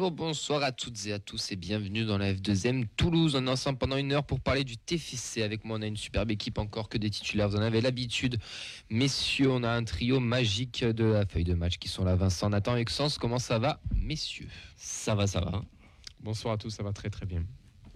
bonsoir à toutes et à tous et bienvenue dans la F2M Toulouse. On est ensemble pendant une heure pour parler du TFC. Avec moi, on a une superbe équipe encore que des titulaires. Vous en avez l'habitude. Messieurs, on a un trio magique de la feuille de match qui sont là. Vincent, Nathan et Xens, comment ça va, messieurs? Ça va. Bonsoir à tous, ça va très très bien.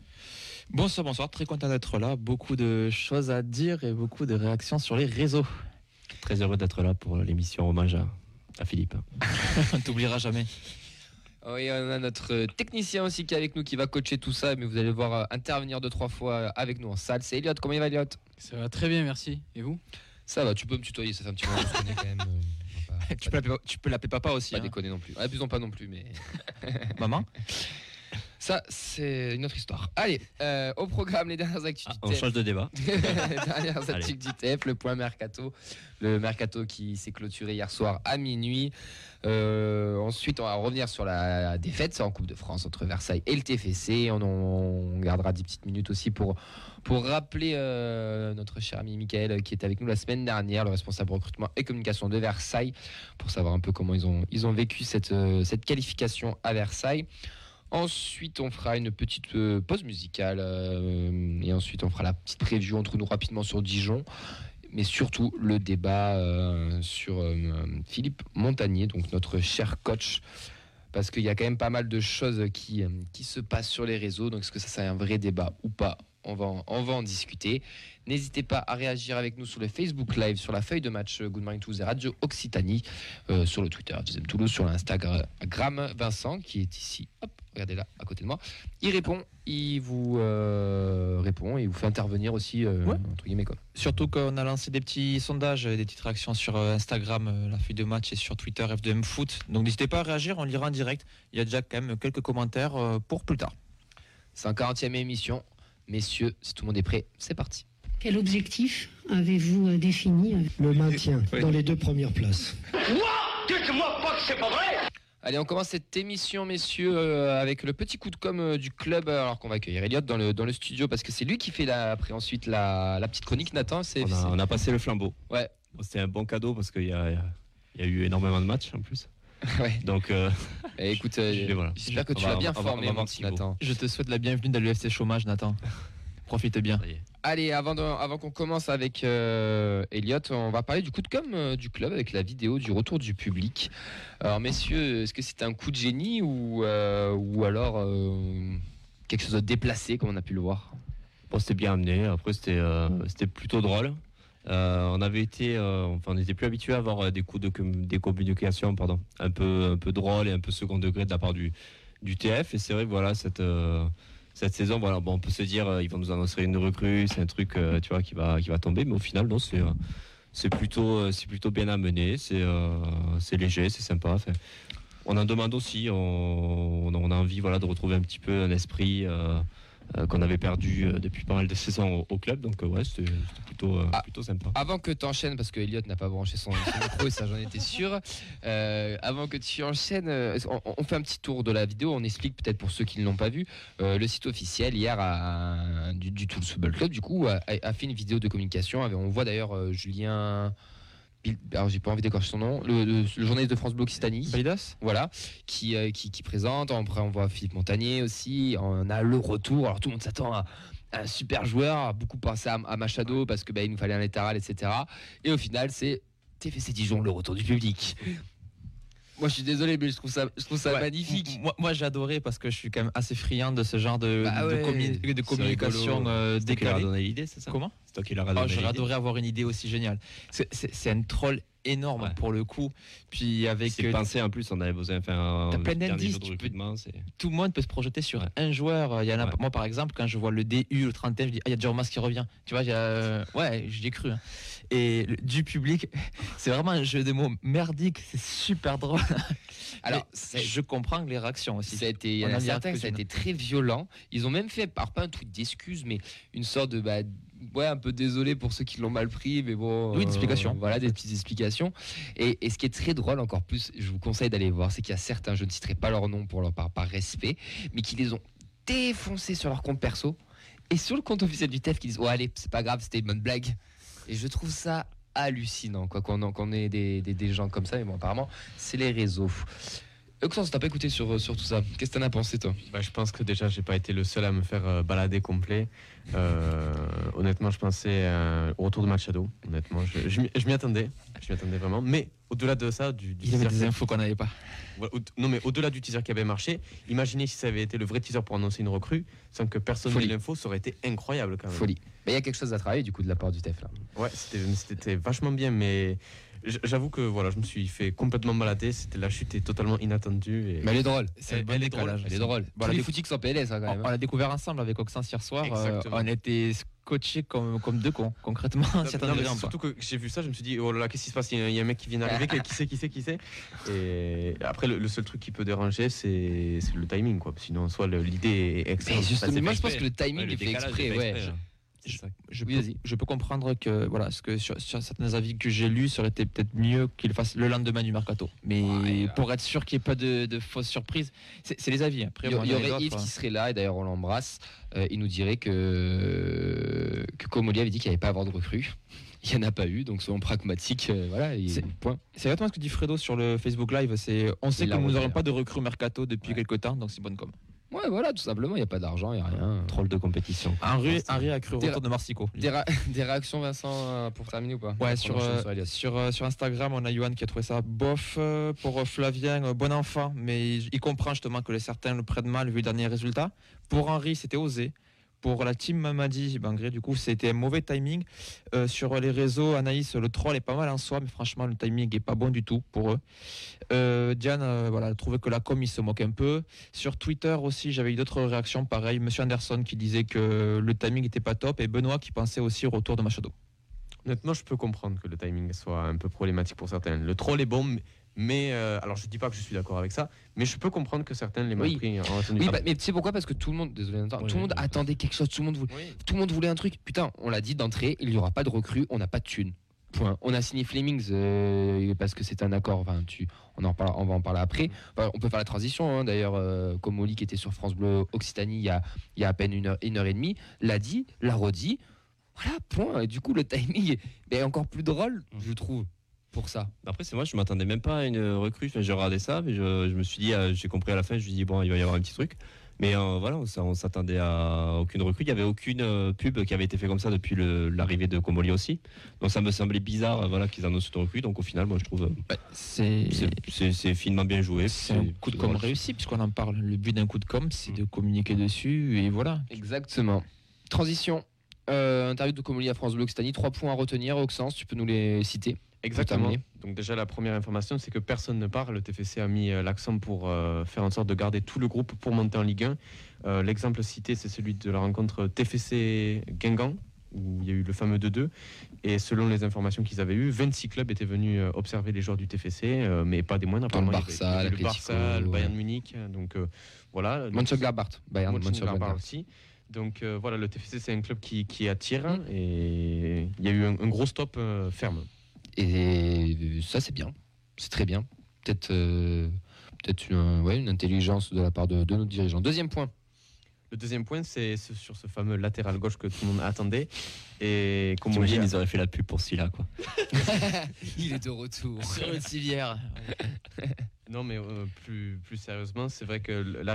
Bonsoir, très content d'être là. Beaucoup de choses à dire et beaucoup de réactions sur les réseaux. Très heureux d'être là pour l'émission hommage à Philippe. On ne t'oubliera jamais. Oui, on a notre technicien aussi qui est avec nous, qui va coacher tout ça, mais vous allez voir intervenir 2-3 fois avec nous en salle. C'est Elliot, comment il va Elliot? Ça va très bien, merci. Et vous? Ça va, tu peux me tutoyer, ça fait un petit moment qu'on se connaît quand même. Tu peux l'appeler papa aussi. Pas déconner non plus. Abusons pas non plus, mais... Maman? Ça, c'est une autre histoire. Allez, au programme, les dernières actus du TF. On change de débat. Les dernières actus du TF, le point mercato. Le mercato qui s'est clôturé hier soir à minuit. Ensuite, on va revenir sur la défaite en Coupe de France entre Versailles et le TFC. On gardera 10 petites minutes aussi pour rappeler notre cher ami Michael qui était avec nous la semaine dernière, le responsable recrutement et communication de Versailles, pour savoir un peu comment ils ont vécu cette qualification à Versailles. Ensuite, on fera une petite pause musicale et ensuite on fera la petite preview entre nous rapidement sur Dijon, mais surtout le débat sur Philippe Montagnier, donc notre cher coach, parce qu'il y a quand même pas mal de choses qui se passent sur les réseaux. Donc est-ce que ça c'est un vrai débat ou pas? On va en discuter. N'hésitez pas à réagir avec nous sur le Facebook Live, sur la feuille de match Good Morning Toulouse et Radio Occitanie, sur le Twitter Deuxième Toulouse, sur l'Instagram Vincent qui est ici. Hop, regardez là, à côté de moi. Il répond, il vous répond et il vous fait intervenir aussi, entre guillemets quoi. Surtout qu'on a lancé des petits sondages, des petites réactions sur Instagram, la feuille de match, et sur Twitter F2M Foot. Donc n'hésitez pas à réagir, on lira en direct. Il y a déjà quand même quelques commentaires pour plus tard. C'est un 40e émission. Messieurs, si tout le monde est prêt, c'est parti. Quel objectif avez-vous défini? Le maintien dans les 2 premières places. Dites-moi pas que c'est pas vrai! Allez, on commence cette émission, messieurs, avec le petit coup de com' du club, alors qu'on va accueillir Elliot dans le studio, parce que c'est lui qui fait après ensuite la petite chronique. Nathan, on a passé le flambeau. Ouais. C'était un bon cadeau parce qu'il y a eu énormément de matchs en plus. Ouais. Donc, écoute, voilà. j'espère que tu as bien formé, mon petit Nathan. Je te souhaite la bienvenue dans l'UFC Chômage, Nathan. Profite bien. Allez, avant qu'on commence avec Elliot, on va parler du coup de com' du club avec la vidéo du retour du public. Alors, messieurs, est-ce que c'était un coup de génie ou alors quelque chose de déplacé, comme on a pu le voir? Bon, c'était bien amené. Après, c'était plutôt drôle. On n'était plus habitué à avoir des communications un peu drôles et un peu second degré de la part du TF. Et c'est vrai que voilà, cette saison, voilà, bon, on peut se dire ils vont nous annoncer une recrue, c'est un truc tu vois qui va tomber, mais au final non, c'est plutôt bien amené, c'est léger, c'est sympa. Enfin, on en demande aussi, on a envie de retrouver un petit peu un esprit qu'on avait perdu depuis pas mal de saisons au club, donc ouais, c'était plutôt sympa. Avant que tu enchaînes, parce que Elliot n'a pas branché son micro et ça j'en étais sûr, avant que tu enchaînes, on fait un petit tour de la vidéo, on explique peut-être pour ceux qui ne l'ont pas vu, le site officiel hier du Toulouse Football Club du coup a fait une vidéo de communication, on voit d'ailleurs Julien... Alors j'ai pas envie d'écorcher son nom, le journaliste de France Bleu Occitanie, Balidas, voilà, qui présente. Après on voit Philippe Montagnier aussi, on a le retour, alors tout le monde s'attend à un super joueur, a beaucoup pensé à Machado parce que il nous fallait un latéral, etc. Et au final c'est TFC Dijon, le retour du public. Moi je suis désolé mais je trouve ça magnifique. Moi j'ai adoré parce que je suis quand même assez friand de ce genre de communication décalée. Qui leur a donné l'idée, c'est ça? Comment? C'est toi qui leur a donné l'idée. J'aurais adoré avoir une idée aussi géniale. C'est un troll énorme pour le coup. Puis avec c'est pensé en plus, on avait besoin de faire un plein d'indices. Tout le monde peut se projeter sur un joueur. Il y en a, moi par exemple, quand je vois le DU, le 31, je dis il y a Djormas qui revient. Tu vois, j'y ai cru. Hein. Et du public, c'est vraiment un jeu de mots merdique, c'est super drôle. Alors, je comprends les réactions aussi. Ça a été très violent. Ils ont même fait, pas un truc d'excuse, mais une sorte de un peu désolé pour ceux qui l'ont mal pris, mais bon. Oui, d'explications. Voilà, des petites explications. Et ce qui est très drôle encore plus, je vous conseille d'aller voir, c'est qu'il y a certains, je ne citerai pas leur nom par respect, mais qui les ont défoncés sur leur compte perso et sur le compte officiel du TEF qui disent allez, c'est pas grave, c'était une bonne blague. Et je trouve ça hallucinant qu'on ait des gens comme ça, mais bon, apparemment c'est les réseaux. Oxens, t'as pas écouté sur tout ça. Qu'est-ce que t'en as pensé, toi? Je pense que déjà, j'ai pas été le seul à me faire balader complet. Honnêtement, je pensais au retour de Machado. Honnêtement, je m'y attendais. Je m'y attendais vraiment. Mais au-delà de ça, Il y avait des infos qu'on n'avait pas. Non, mais au-delà du teaser qui avait marché, imaginez si ça avait été le vrai teaser pour annoncer une recrue, sans que personne n'ait l'info, ça aurait été incroyable quand même. Folie. Il y a quelque chose à travailler du coup de la part du TEF là. Ouais, c'était vachement bien, mais j'avoue que voilà, je me suis fait complètement balader. La chute est totalement inattendue. Et... Mais elle est drôle. C'est un bon décalage. Elle est drôle. Bon, Tous les footix sont PLS hein, quand même. On l'a découvert ensemble avec Oxens hier soir. Exactement. On était scotchés comme deux cons, concrètement. Surtout que j'ai vu ça, je me suis dit, oh là là, qu'est-ce qui se passe? Il y a un mec qui vient d'arriver, qui sait. Et après, le seul truc qui peut déranger, c'est le timing, quoi. Sinon, soit l'idée est excellente. Mais moi, je pense que le timing est fait exprès. Ouais. Je peux comprendre que voilà, ce que sur certains avis que j'ai lus, ça aurait été peut-être mieux qu'il fasse le lendemain du mercato. Mais pour être sûr qu'il n'y ait pas de fausses surprises, c'est les avis. Après, il y aurait Yves qui serait là, et d'ailleurs on l'embrasse. Il nous dirait que Comolli avait dit qu'il n'y avait pas à avoir de recrues. Il n'y en a pas eu, donc soyons pragmatiques. Point. C'est exactement ce que dit Fredo sur le Facebook Live. On sait que nous n'aurons pas de recrues mercato depuis quelques temps, donc c'est bonne com. Ouais, voilà, tout simplement, il n'y a pas d'argent, il n'y a rien. Troll de compétition. Henri a cru au retour de Marsico. Des réactions, Vincent, pour terminer ou pas? Ouais, sur Instagram, on a Johan qui a trouvé ça bof. Pour Flavien, bon enfant, mais il comprend justement que certains le prennent mal vu le dernier résultat. Pour Henri, c'était osé. Pour la team Mamadi, du coup, c'était un mauvais timing. Sur les réseaux, Anaïs, le troll est pas mal en soi, mais franchement, le timing est pas bon du tout pour eux. Diane, elle trouvait que la com, il se moque un peu. Sur Twitter aussi, j'avais eu d'autres réactions, pareil. Monsieur Anderson qui disait que le timing n'était pas top, et Benoît qui pensait aussi au retour de Machado. Honnêtement, je peux comprendre que le timing soit un peu problématique pour certains. Le troll est bon, mais alors je dis pas que je suis d'accord avec ça, mais je peux comprendre que certains les mal pris. Mais tu sais pourquoi? Parce que tout le monde, désolé, tout le monde attendait quelque chose, tout le monde voulait un truc. Putain, on l'a dit d'entrée, il n'y aura pas de recrue, on n'a pas de thune. Point. On a signé Flemings parce que c'est un accord. Enfin, on va en parler après. Enfin, on peut faire la transition. D'ailleurs, Comolli qui était sur France Bleu Occitanie il y a à peine une heure et demie, l'a dit, l'a redit. Voilà, point. Et du coup, le timing est encore plus drôle, je trouve. Pour ça. Après, c'est moi, je m'attendais même pas à une recrue. Enfin, j'ai regardé ça, mais je me suis dit, j'ai compris à la fin, je me suis dit, bon, il va y avoir un petit truc. Mais voilà, on s'attendait à aucune recrue. Il n'y avait aucune pub qui avait été fait comme ça depuis l'arrivée de Comolli aussi. Donc ça me semblait bizarre qu'ils annoncent une recrue. Donc au final, moi je trouve c'est finement bien joué. C'est un coup de com réussi, puisqu'on en parle. Le but d'un coup de com, c'est de communiquer dessus. Et voilà. Exactement. Transition. Interview de Comolli à France Bleu Occitanie. 3 points à retenir. Oxens, tu peux nous les citer? Exactement. Donc déjà la première information, c'est que personne ne part. Le TFC a mis l'accent pour faire en sorte de garder tout le groupe pour monter en Ligue 1. L'exemple cité, c'est celui de la rencontre TFC Guingamp, où il y a eu le fameux 2-2. Et selon les informations qu'ils avaient eues, 26 clubs étaient venus observer les joueurs du TFC, mais pas des moindres. Le Barça, le Barça, le Bayern Munich. Donc voilà. Mönchengladbach, Bayern Mönchengladbach aussi. Donc voilà, le TFC c'est un club qui attire et il y a eu un gros stop ferme. Et ça, c'est bien. C'est très bien. Peut-être une intelligence de la part de nos dirigeants. Deuxième point. Le deuxième point, c'est sur ce fameux latéral gauche que tout le monde attendait. Et comme t'imagines, ils auraient fait la pub pour Silla, quoi. Il est de retour. Sur une civière. Non, mais plus sérieusement, c'est vrai que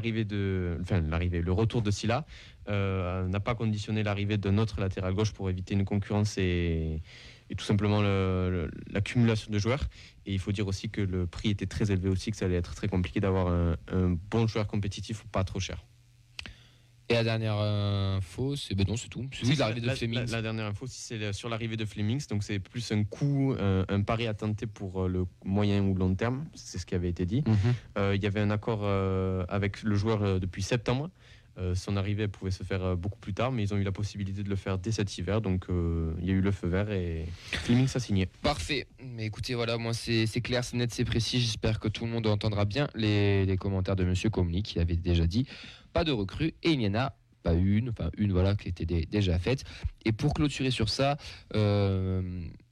le retour de Silla n'a pas conditionné l'arrivée d'un autre latéral gauche pour éviter une concurrence et tout simplement l'accumulation de joueurs. Et il faut dire aussi que le prix était très élevé aussi, que ça allait être très compliqué d'avoir un bon joueur compétitif pas trop cher. Et la dernière info, c'est tout. C'est l'arrivée de Flemings. La dernière info, c'est sur l'arrivée de Flemings. Donc c'est plus un coup, un pari à tenter pour le moyen ou long terme. C'est ce qui avait été dit. Il y avait un accord avec le joueur depuis septembre. Son arrivée pouvait se faire beaucoup plus tard, mais ils ont eu la possibilité de le faire dès cet hiver. Donc il y a eu le feu vert et Flemings a signé. Parfait. Mais écoutez, voilà, moi c'est clair, c'est net, c'est précis. J'espère que tout le monde entendra bien les commentaires de Monsieur Comolli qui avait déjà dit pas de recrue, et il n'y en a pas une voilà qui était déjà faite. Et pour clôturer sur ça,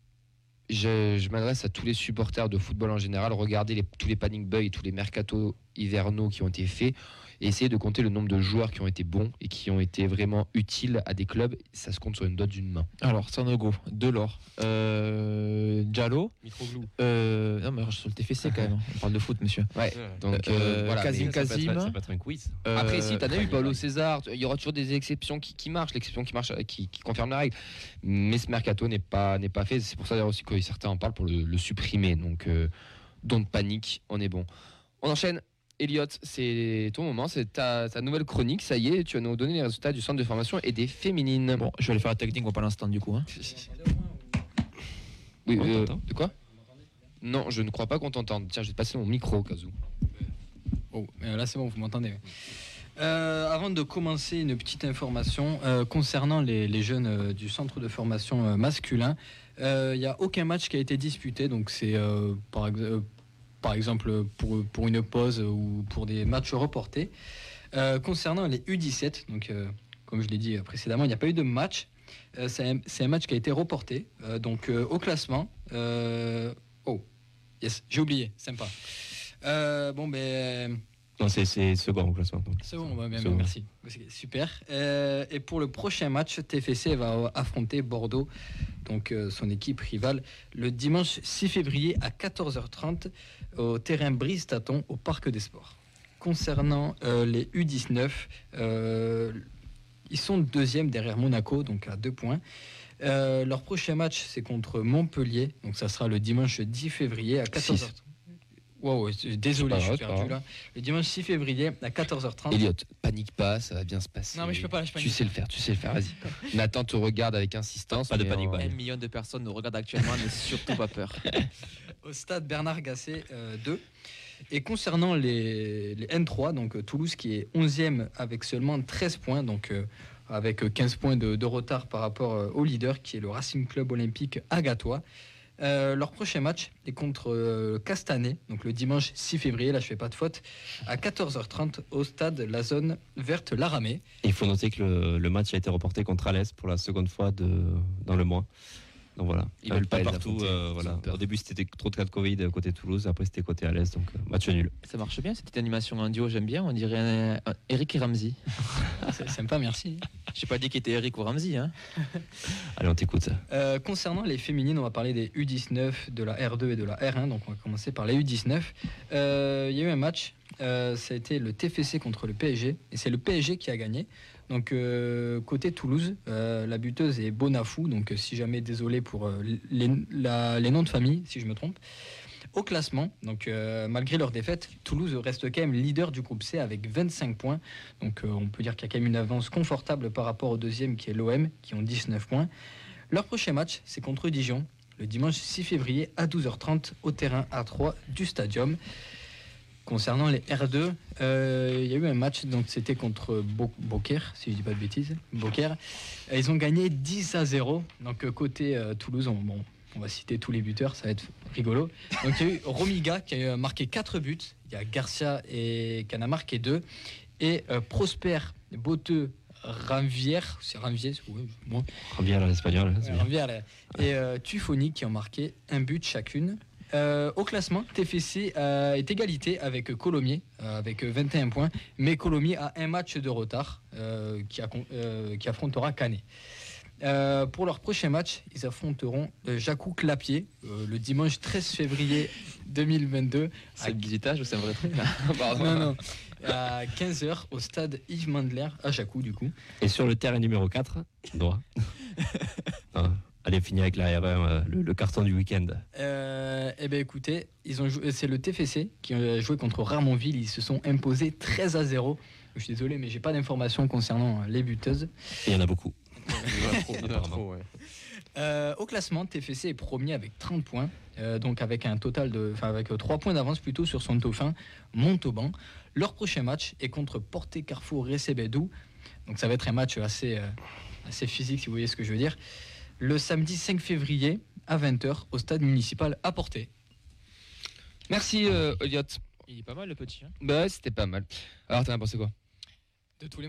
je m'adresse à tous les supporters de football en général. Regardez tous les panic buy, tous les mercato hivernaux qui ont été faits et essayer de compter le nombre de joueurs qui ont été bons et qui ont été vraiment utiles à des clubs. Ça se compte sur une doigt d'une main. Alors, Sanogo, Delors, Diallo. Mitroglou. Non, mais sur le TFC quand même. On parle de foot, monsieur. Ouais. Donc voilà. Kazim Mais- Kazim. Ça peut être un quiz. Après, si t'en as eu Kanye, Paulo César, il y aura toujours des exceptions qui marchent, l'exception qui marche, qui confirme la règle. Mais ce mercato n'est pas fait. C'est pour ça d'ailleurs aussi que certains en parlent pour le supprimer. Donc, don't panique, on est bon. On enchaîne. Elliot, c'est ton moment, c'est ta nouvelle chronique. Ça y est, tu vas nous donner les résultats du centre de formation et des féminines. Bon, je vais aller faire la technique, on va pas l'instant du coup. Hein. Oui, On t'entend. de quoi? Non, je ne crois pas qu'on t'entende. Tiens, je vais te passer mon micro, Kazou. Oh, là c'est bon, vous m'entendez. Avant de commencer, une petite information concernant les jeunes du centre de formation masculin. Il n'y a aucun match qui a été disputé, donc c'est par exemple pour une pause ou pour des matchs reportés. Concernant les U17, donc comme je l'ai dit précédemment, il n'y a pas eu de match. C'est un match qui a été reporté. Donc au classement, oh, yes, j'ai oublié, sympa. Bon ben. Non, c'est second au classement. donc. C'est bon, bah, C'est bon. merci. C'est super. Et pour le prochain match, TFC va affronter Bordeaux, donc son équipe rivale, le dimanche 6 février à 14h30 au terrain Brice-Taton au Parc des Sports. Concernant les U19, ils sont deuxième derrière Monaco, donc à 2 points. Leur prochain match, c'est contre Montpellier, donc ça sera le dimanche 10 février à 14h30. Wow, désolé, je suis perdu là. Le dimanche 6 février à 14h30. Elliot, panique pas, ça va bien se passer. Non, mais je peux pas, je Tu panique. sais le faire, vas-y. Nathan te regarde avec insistance. Pas de mais panique, en- pas 1 million de personnes nous regardent actuellement, n'aie surtout pas peur. Au stade Bernard Gasset 2. Et concernant les N3, donc Toulouse qui est 11e avec seulement 13 points, donc avec 15 points de retard par rapport au leader qui est le Racing Club Olympique Agatois. Leur prochain match est contre Castanet, donc le dimanche 6 février, là je fais pas de faute, à 14h30 au stade La Zone Verte Laramée. Il faut noter que le match a été reporté contre Alès pour la seconde fois dans le mois. Donc voilà. Ils veulent pas les partout. affronter, ils Voilà. ont peur. Au début, c'était trop de cas de Covid côté Toulouse. Après, c'était côté Alès. Donc match nul. Ça marche bien cette petite animation en duo, j'aime bien. On dirait Eric et Ramsey. C'est sympa, merci. J'ai pas dit qu'il était Eric ou Ramsey. Hein. Allez, on t'écoute ça. Concernant les féminines, on va parler des U19, de la R2 et de la R1. Donc on va commencer par les U19. Il y a eu un match, ça a été le TFC contre le PSG. Et c'est le PSG qui a gagné. Donc côté Toulouse, la buteuse est Bonafou. Donc si jamais, désolé pour les noms de famille, si je me trompe. Au classement, donc malgré leur défaite, Toulouse reste quand même leader du groupe C avec 25 points. Donc on peut dire qu'il y a quand même une avance confortable par rapport au deuxième qui est l'OM, qui ont 19 points. Leur prochain match, c'est contre Dijon, le dimanche 6 février à 12h30 au terrain A3 du Stadium. Concernant les R2, il y a eu un match, donc c'était contre Beaucaire, si je dis pas de bêtises. Beaucaire. Ils ont gagné 10-0. Donc côté Toulouse, on va citer tous les buteurs, ça va être rigolo. Donc il y a eu Romiga qui a marqué 4 buts. Il y a Garcia qui en a marqué 2. Et Prosper Boteux Ranvière, c'est Ranvier, moi. Reviens à l'espagnol. c'est bien. Ranvière, là. Et Tufoni qui ont marqué un but chacune. Au classement, TFC est égalité avec Colomiers avec 21 points, mais Colomiers a un match de retard qui affrontera Canet. Pour leur prochain match, ils affronteront Jacou Clapier le dimanche 13 février 2022. C'est le bisutage ou c'est un vrai truc? Non, à 15h au stade Yves Mandler à Jacou du coup. Et sur le terrain numéro 4, droit. Allez, finir avec la R1, le carton du week-end. Eh bien écoutez, c'est le TFC qui a joué contre Ramonville. Ils se sont imposés 13-0. Je suis désolé, mais j'ai pas d'informations concernant les buteuses. Et il y en a beaucoup. Il y en a trop, ouais. Au classement, TFC est premier avec 30 points, donc avec un total avec 3 points d'avance plutôt sur son dauphin Montauban. Leur prochain match est contre Porté Carrefour Recebedou. Donc ça va être un match assez physique, si vous voyez ce que je veux dire. Le samedi 5 février à 20h au stade municipal à Porté. Merci Elliot. Il est pas mal le petit. Hein. Bah ouais, c'était pas mal. Alors t'en as pensé quoi? De tous les matchs?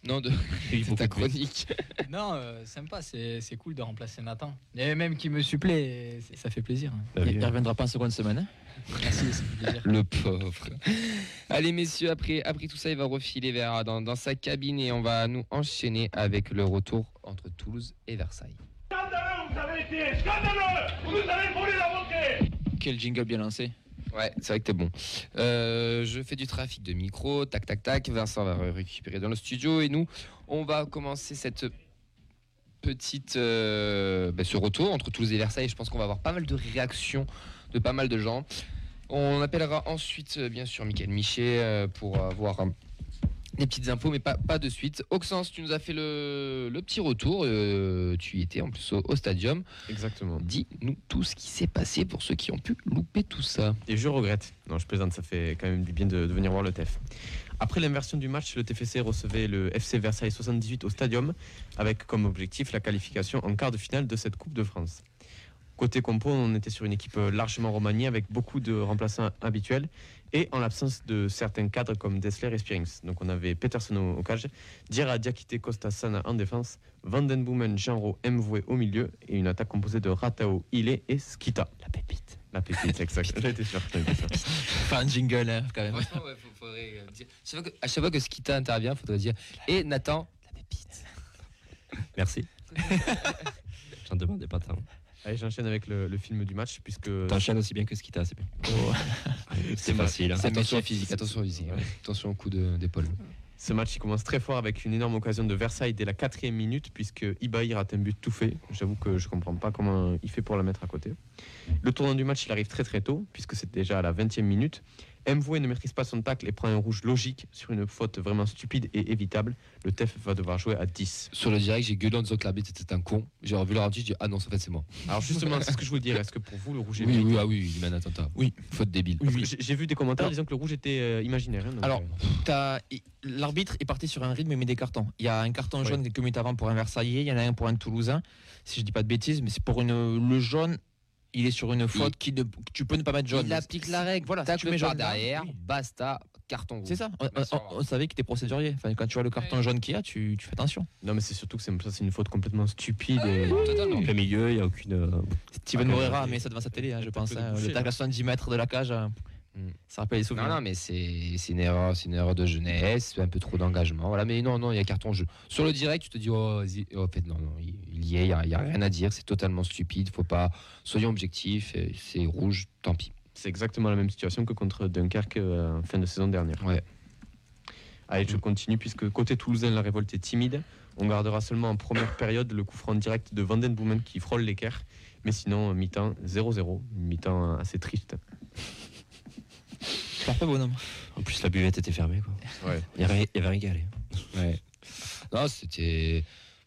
Non, de ta chronique. Non, sympa, c'est cool de remplacer Nathan. Il y avait même qui me supplée, et ça fait plaisir. Il reviendra pas en seconde semaine. Hein. Merci, ça fait plaisir. Le pauvre. Allez, messieurs, après tout ça, il va refiler dans sa cabine et on va nous enchaîner avec le retour entre Toulouse et Versailles. Scandaleux, vous avez été scandaleux. Vous nous avez volé la montée. Quel jingle bien lancé. Ouais, c'est vrai que t'es bon. Je fais du trafic de micro, tac, tac, tac. Vincent va récupérer dans le studio et nous, on va commencer cette petite, ce retour entre Toulouse et Versailles. Je pense qu'on va avoir pas mal de réactions de pas mal de gens. On appellera ensuite, bien sûr, Mickaël Michet pour avoir des petites infos, mais pas de suite. Auxence, tu nous as fait le petit retour. Tu y étais en plus au stadium. Exactement. Dis-nous tout ce qui s'est passé pour ceux qui ont pu louper tout ça. Et je regrette. Non, je plaisante, ça fait quand même du bien de venir voir le TEF. Après l'inversion du match, le TFC recevait le FC Versailles 78 au stadium avec comme objectif la qualification en quart de finale de cette Coupe de France. Côté compo, on était sur une équipe largement remaniée avec beaucoup de remplaçants habituels et en l'absence de certains cadres comme Dessler et Spearings. Donc on avait Peterson au cage, Diarra, Diakité, Costa, Sana en défense, Vandenboomen, Genro, Mvoué au milieu et une attaque composée de Ratao, Ile et Skita. La pépite. La pépite, exact. J'ai été sûr. Enfin, un jingle, hein, quand même. Franchement, ouais, faudrait dire. À chaque fois que Skita intervient, il faudrait dire et Nathan, la pépite. Merci. J'en demandais pas tant. Allez, j'enchaîne avec le film du match puisque... T'enchaînes aussi bien que Skita, c'est bien. Oh. C'est facile. Hein. Attention physique, attention physique. Ouais. Attention au coup d'épaule. Ce match il commence très fort avec une énorme occasion de Versailles dès la 4e minute puisque Ibaï rate un but tout fait. J'avoue que je comprends pas comment il fait pour la mettre à côté. Le tournant du match il arrive très très tôt puisque c'est déjà à la 20e minute. Mvoué ne maîtrise pas son tacle et prend un rouge logique sur une faute vraiment stupide et évitable. Le TEF va devoir jouer à 10. Sur le direct, j'ai gueulé en disant que l'arbitre était un con. J'ai revu le rendu, je dis ah non, en fait c'est moi. Alors justement, c'est ce que je voulais dire. Est-ce que pour vous le rouge est oui, il mène attentat. Oui, faute débile. Oui. J'ai vu des commentaires disant que le rouge était imaginaire. Hein, donc, alors, l'arbitre est parti sur un rythme et met des cartons. Il y a un carton jaune quelques minutes avant pour un Versaillais, il y en a un pour un Toulousain. Si je dis pas de bêtises, mais c'est pour le jaune. Il est sur une faute tu peux ne pas mettre jaune. Il applique la règle. Voilà, tac, si tu mets jaune derrière, basta, carton rouge. C'est ça. On savait qu'il était procédurier. Enfin, quand tu vois le carton jaune qu'il y a, tu fais attention. Non, mais c'est surtout que c'est une faute complètement stupide. En plein milieu, il n'y a aucune. Steven Moreira mais ça devant sa télé, hein, je pense. Le tacle à 70 mètres de la cage. Ça rappelle les souvenirs. Non, mais c'est une erreur de jeunesse, un peu trop d'engagement. Voilà, mais non, il y a carton jaune. Sur le direct, tu te dis, en fait, non, il y a rien à dire, c'est totalement stupide, faut pas. Soyons objectifs, c'est rouge, tant pis. C'est exactement la même situation que contre Dunkerque fin de saison dernière. Ouais. Allez, je continue, puisque côté toulousain, la révolte est timide. On gardera seulement en première période le coup franc direct de Vandenboomen qui frôle l'équerre. Mais sinon, mi-temps 0-0, mi-temps assez triste. Parfait, bonhomme. En plus, la buvette était fermée. Quoi. Ouais. Il y avait rien qu'à aller. Ouais. Non, c'était.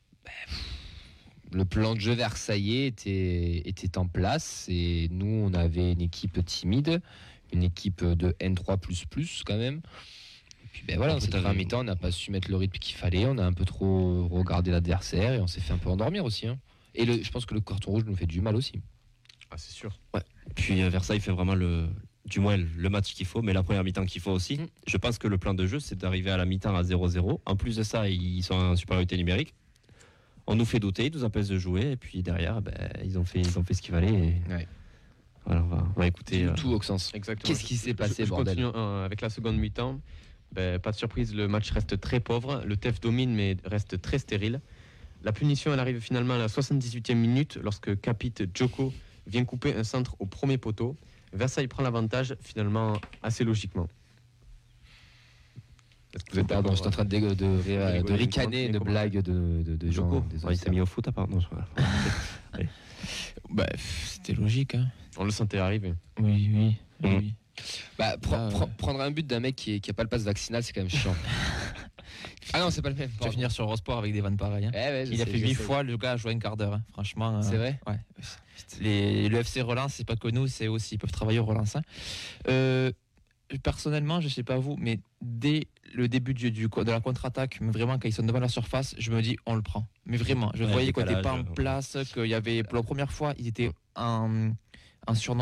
Le plan de jeu versaillais était en place et nous, on avait une équipe timide, une équipe de N3++ quand même. Et puis voilà, en cette fin mi-temps, on n'a pas su mettre le rythme qu'il fallait, on a un peu trop regardé l'adversaire et on s'est fait un peu endormir aussi. Hein. Et je pense que le carton rouge nous fait du mal aussi. Ah, c'est sûr. Ouais. Puis Versailles fait vraiment du moins le match qu'il faut, mais la première mi-temps qu'il faut aussi. Je pense que le plan de jeu, c'est d'arriver à la mi-temps à 0-0. En plus de ça, ils sont en supériorité numérique. On nous fait douter, ils nous empêchent de jouer, et puis derrière, ils ont fait ce qu'il fallait. Et... Ouais. Voilà, on va écouter. Tout Auxence. Exactement. Qu'est-ce qui s'est passé, je bordel? continue avec la seconde mi-temps. Pas de surprise, le match reste très pauvre. Le TEF domine, mais reste très stérile. La punition, elle arrive finalement à la 78e minute, lorsque Capit Djoko vient couper un centre au premier poteau. Versailles prend l'avantage, finalement, assez logiquement. Vous êtes pardon, je suis en train de ricaner une blague de Joko. gens. Il s'est mis au foot, apparemment. C'était logique. Hein. On le sentait arriver. Oui. Prendre un but d'un mec qui n'a pas le pass vaccinal, c'est quand même chiant. Ah non, c'est pas le même. Tu vas finir sur Eurosport avec des vannes pareilles. Hein. Il a fait 8 fois, le gars a joué un quart d'heure. Hein. Franchement. C'est vrai. Ouais. Le FC Relance, c'est pas que nous, c'est aussi, ils peuvent travailler au Relance. Hein. Personnellement, je sais pas vous, mais dès le début de la contre-attaque, mais vraiment quand ils sont devant la surface, je me dis on le prend. Mais vraiment, je voyais qu'on n'était pas en place, qu'il y avait pour la première fois, ils étaient en surnombre.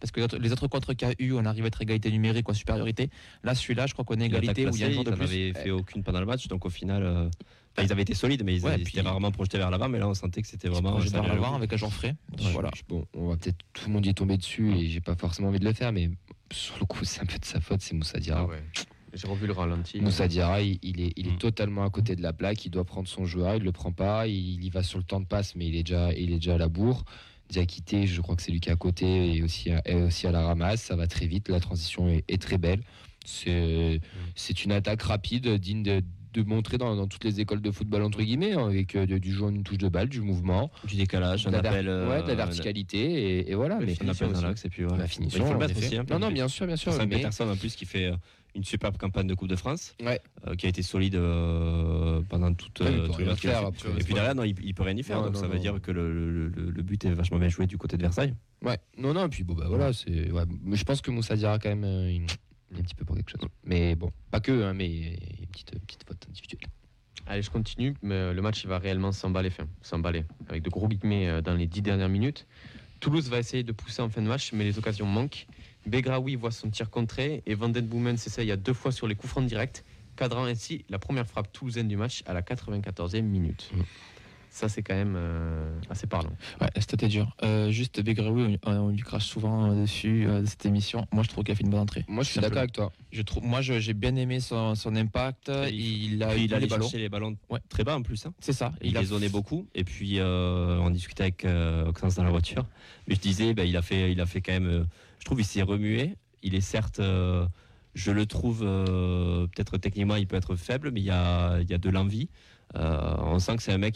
parce que les autres contre qu'il y a eu, on arrive à être égalité numérique ou en supériorité. Là, celui-là, je crois qu'on est égalité où il y a un jour de plus. Ils n'avaient fait aucune pendant le match, donc au final, ils avaient été solides, mais ils étaient rarement projetés vers l'avant. Mais là, on sentait que c'était vraiment projeté vers l'avant avec un joueur frais. Voilà. Bon, on va peut-être tout le monde y est tombé dessus et j'ai pas forcément envie de le faire, mais sur le coup, c'est un peu de sa faute, c'est Moussa Diarra. Ah ouais. J'ai revu le ralenti. Moussa Diarra, il est totalement à côté de la plaque. Il doit prendre son joueur, il le prend pas. Il y va sur le temps de passe, mais il est déjà à la bourre. Diakité, je crois que c'est lui qui est à côté et aussi à la ramasse. Ça va très vite. La transition est très belle. C'est une attaque rapide, digne de montrer dans toutes les écoles de football entre guillemets, avec du jeu en une touche de balle, du mouvement, du décalage, de la verticalité et voilà. Mais on appelle dans l'axe et puis la finition. Il faut le mettre aussi. Non, bien sûr. C'est Peterson en plus qui fait une superbe campagne de Coupe de France, qui a été solide pendant toute le match. Et puis derrière, non, il peut rien y faire. Donc ça veut dire que le but est vachement bien joué du côté de Versailles. Ouais. Non. Et puis bon, voilà, mais je pense que Moussa Diarra quand même. Il est un petit peu pour quelque chose. Mais bon, pas que, mais une petite faute individuelle. Allez, je continue. Mais le match, il va réellement s'emballer, avec de gros guillemets dans les 10 dernières minutes. Toulouse va essayer de pousser en fin de match, mais les occasions manquent. Begraoui voit son tir contré et Van Den Boomen s'essaye à 2 fois sur les coups francs directs, cadrant ainsi la première frappe toulousaine du match à la 94e minute. Ça, c'est quand même assez parlant. Ouais, c'était dur. Juste Begraoui, on lui crache souvent dessus de cette émission. Moi, je trouve qu'il a fait une bonne entrée. Moi, je suis d'accord avec toi. J'ai bien aimé son impact. Il allait chercher les ballons très bas en plus. Hein. C'est ça. Il les zonait beaucoup. Et puis, on discutait avec Oxens dans la voiture. Mais je disais, il a fait quand même. Je trouve qu'il s'est remué. Il est certes. Je le trouve peut-être techniquement, il peut être faible, mais il y a de l'envie. On sent que c'est un mec,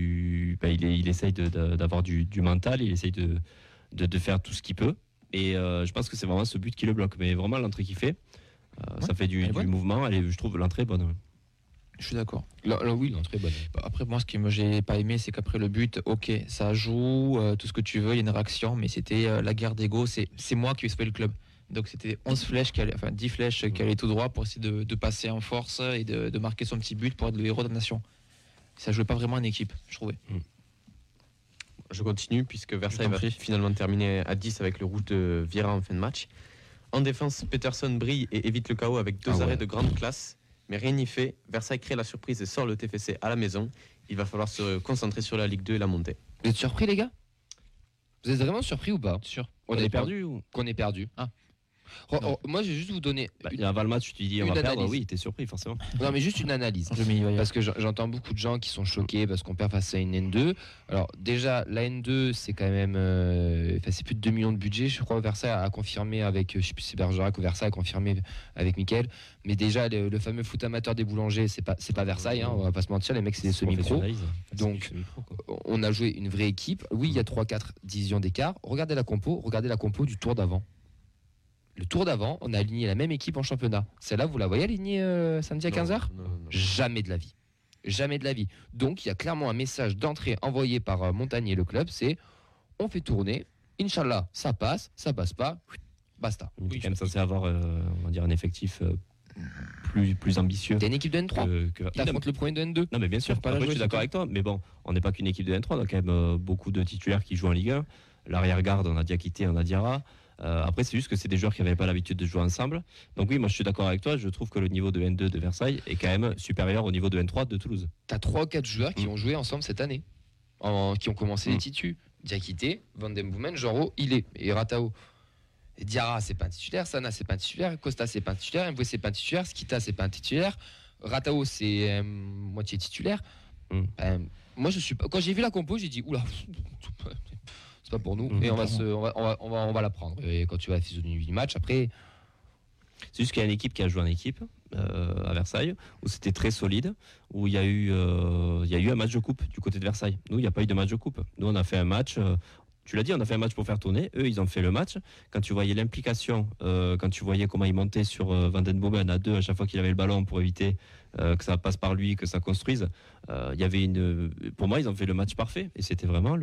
il essaye d'avoir du mental, il essaye de faire tout ce qu'il peut. Et je pense que c'est vraiment ce but qui le bloque. Mais vraiment, l'entrée qu'il fait, ça fait du mouvement. Je trouve l'entrée bonne. Je suis d'accord. Oui, l'entrée est bonne. Après, moi, ce que j'ai pas aimé, c'est qu'après le but, ok, ça joue, tout ce que tu veux, il y a une réaction, mais c'était la guerre d'ego. C'est moi qui ai sauvé le club. Donc c'était 10 flèches qui allaient tout droit pour essayer de passer en force et de marquer son petit but pour être le héros de la nation. Ça jouait pas vraiment en équipe, je trouvais. Je continue puisque Versailles va finalement terminer à 10 avec le rouge de Vieira en fin de match. En défense, Peterson brille et évite le chaos avec 2 arrêts de grande classe. Mais rien n'y fait. Versailles crée la surprise et sort le TFC à la maison. Il va falloir se concentrer sur la Ligue 2 et la montée. Vous êtes surpris, les gars? Vous êtes vraiment surpris ou pas? Sûr. On est perdu ou qu'on est perdu? Moi, je vais juste vous donner. Avant le match, tu dis on va perdre. Oui, t'es surpris, forcément. Non, mais juste une analyse. Parce que j'entends beaucoup de gens qui sont choqués parce qu'on perd face à une N2. Alors, déjà, la N2, c'est quand même. C'est plus de 2 millions de budget. Je crois que Versailles a confirmé avec. Je sais plus si c'est Bergerac ou Versailles a confirmé avec Mickaël. Mais déjà, le fameux foot amateur des boulangers, c'est pas Versailles. Hein, on va pas se mentir. Les mecs, c'est des semi-pros. Donc, on a joué une vraie équipe. Oui, il y a 3-4 divisions d'écart. Regardez la compo du tour d'avant. Le tour d'avant, on a aligné la même équipe en championnat. Celle-là, vous la voyez alignée samedi à 15h? Non. Jamais de la vie. Jamais de la vie. Donc, il y a clairement un message d'entrée envoyé par Montagnier, le club, c'est on fait tourner, Inch'Allah, ça passe pas, basta. Il est quand même censé avoir on va dire un effectif plus ambitieux. T'es une équipe de N3 t'affrontes le premier de N2. Non mais bien sûr, je suis d'accord avec toi. Mais bon, on n'est pas qu'une équipe de N3, on a quand même beaucoup de titulaires qui jouent en Ligue 1. L'arrière-garde, on a Diakité, on a Diarra. Après, c'est juste que c'est des joueurs qui n'avaient pas l'habitude de jouer ensemble. Donc oui, moi je suis d'accord avec toi. Je trouve que le niveau de N2 de Versailles est quand même supérieur au niveau de N3 de Toulouse. T'as 3 ou 4 joueurs qui ont joué ensemble cette année, qui ont commencé les titus. Diakité, Van Den Boomen, Genro, Ilé et Ratao. Et Diarra, c'est pas un titulaire. Sana, c'est pas un titulaire. Costa, c'est pas un titulaire. Mboué, c'est pas un titulaire. Skita, c'est pas un titulaire. Ratao, c'est moitié titulaire. Moi, je suis pas... Quand j'ai vu la compo, j'ai dit oula. C'est pas pour nous, et on va la prendre. Et quand tu vas à la physionomie du match, après. C'est juste qu'il y a une équipe qui a joué en équipe à Versailles, où c'était très solide, où il y a eu un match de coupe du côté de Versailles. Nous, il n'y a pas eu de match de coupe. Nous, on a fait un match. Tu l'as dit, on a fait un match pour faire tourner. Eux, ils ont fait le match. Quand tu voyais l'implication, quand tu voyais comment ils montaient sur Van Den Boomen à 2 à chaque fois qu'il avait le ballon pour éviter que ça passe par lui, que ça construise, il y avait pour moi, ils ont fait le match parfait. Et c'était vraiment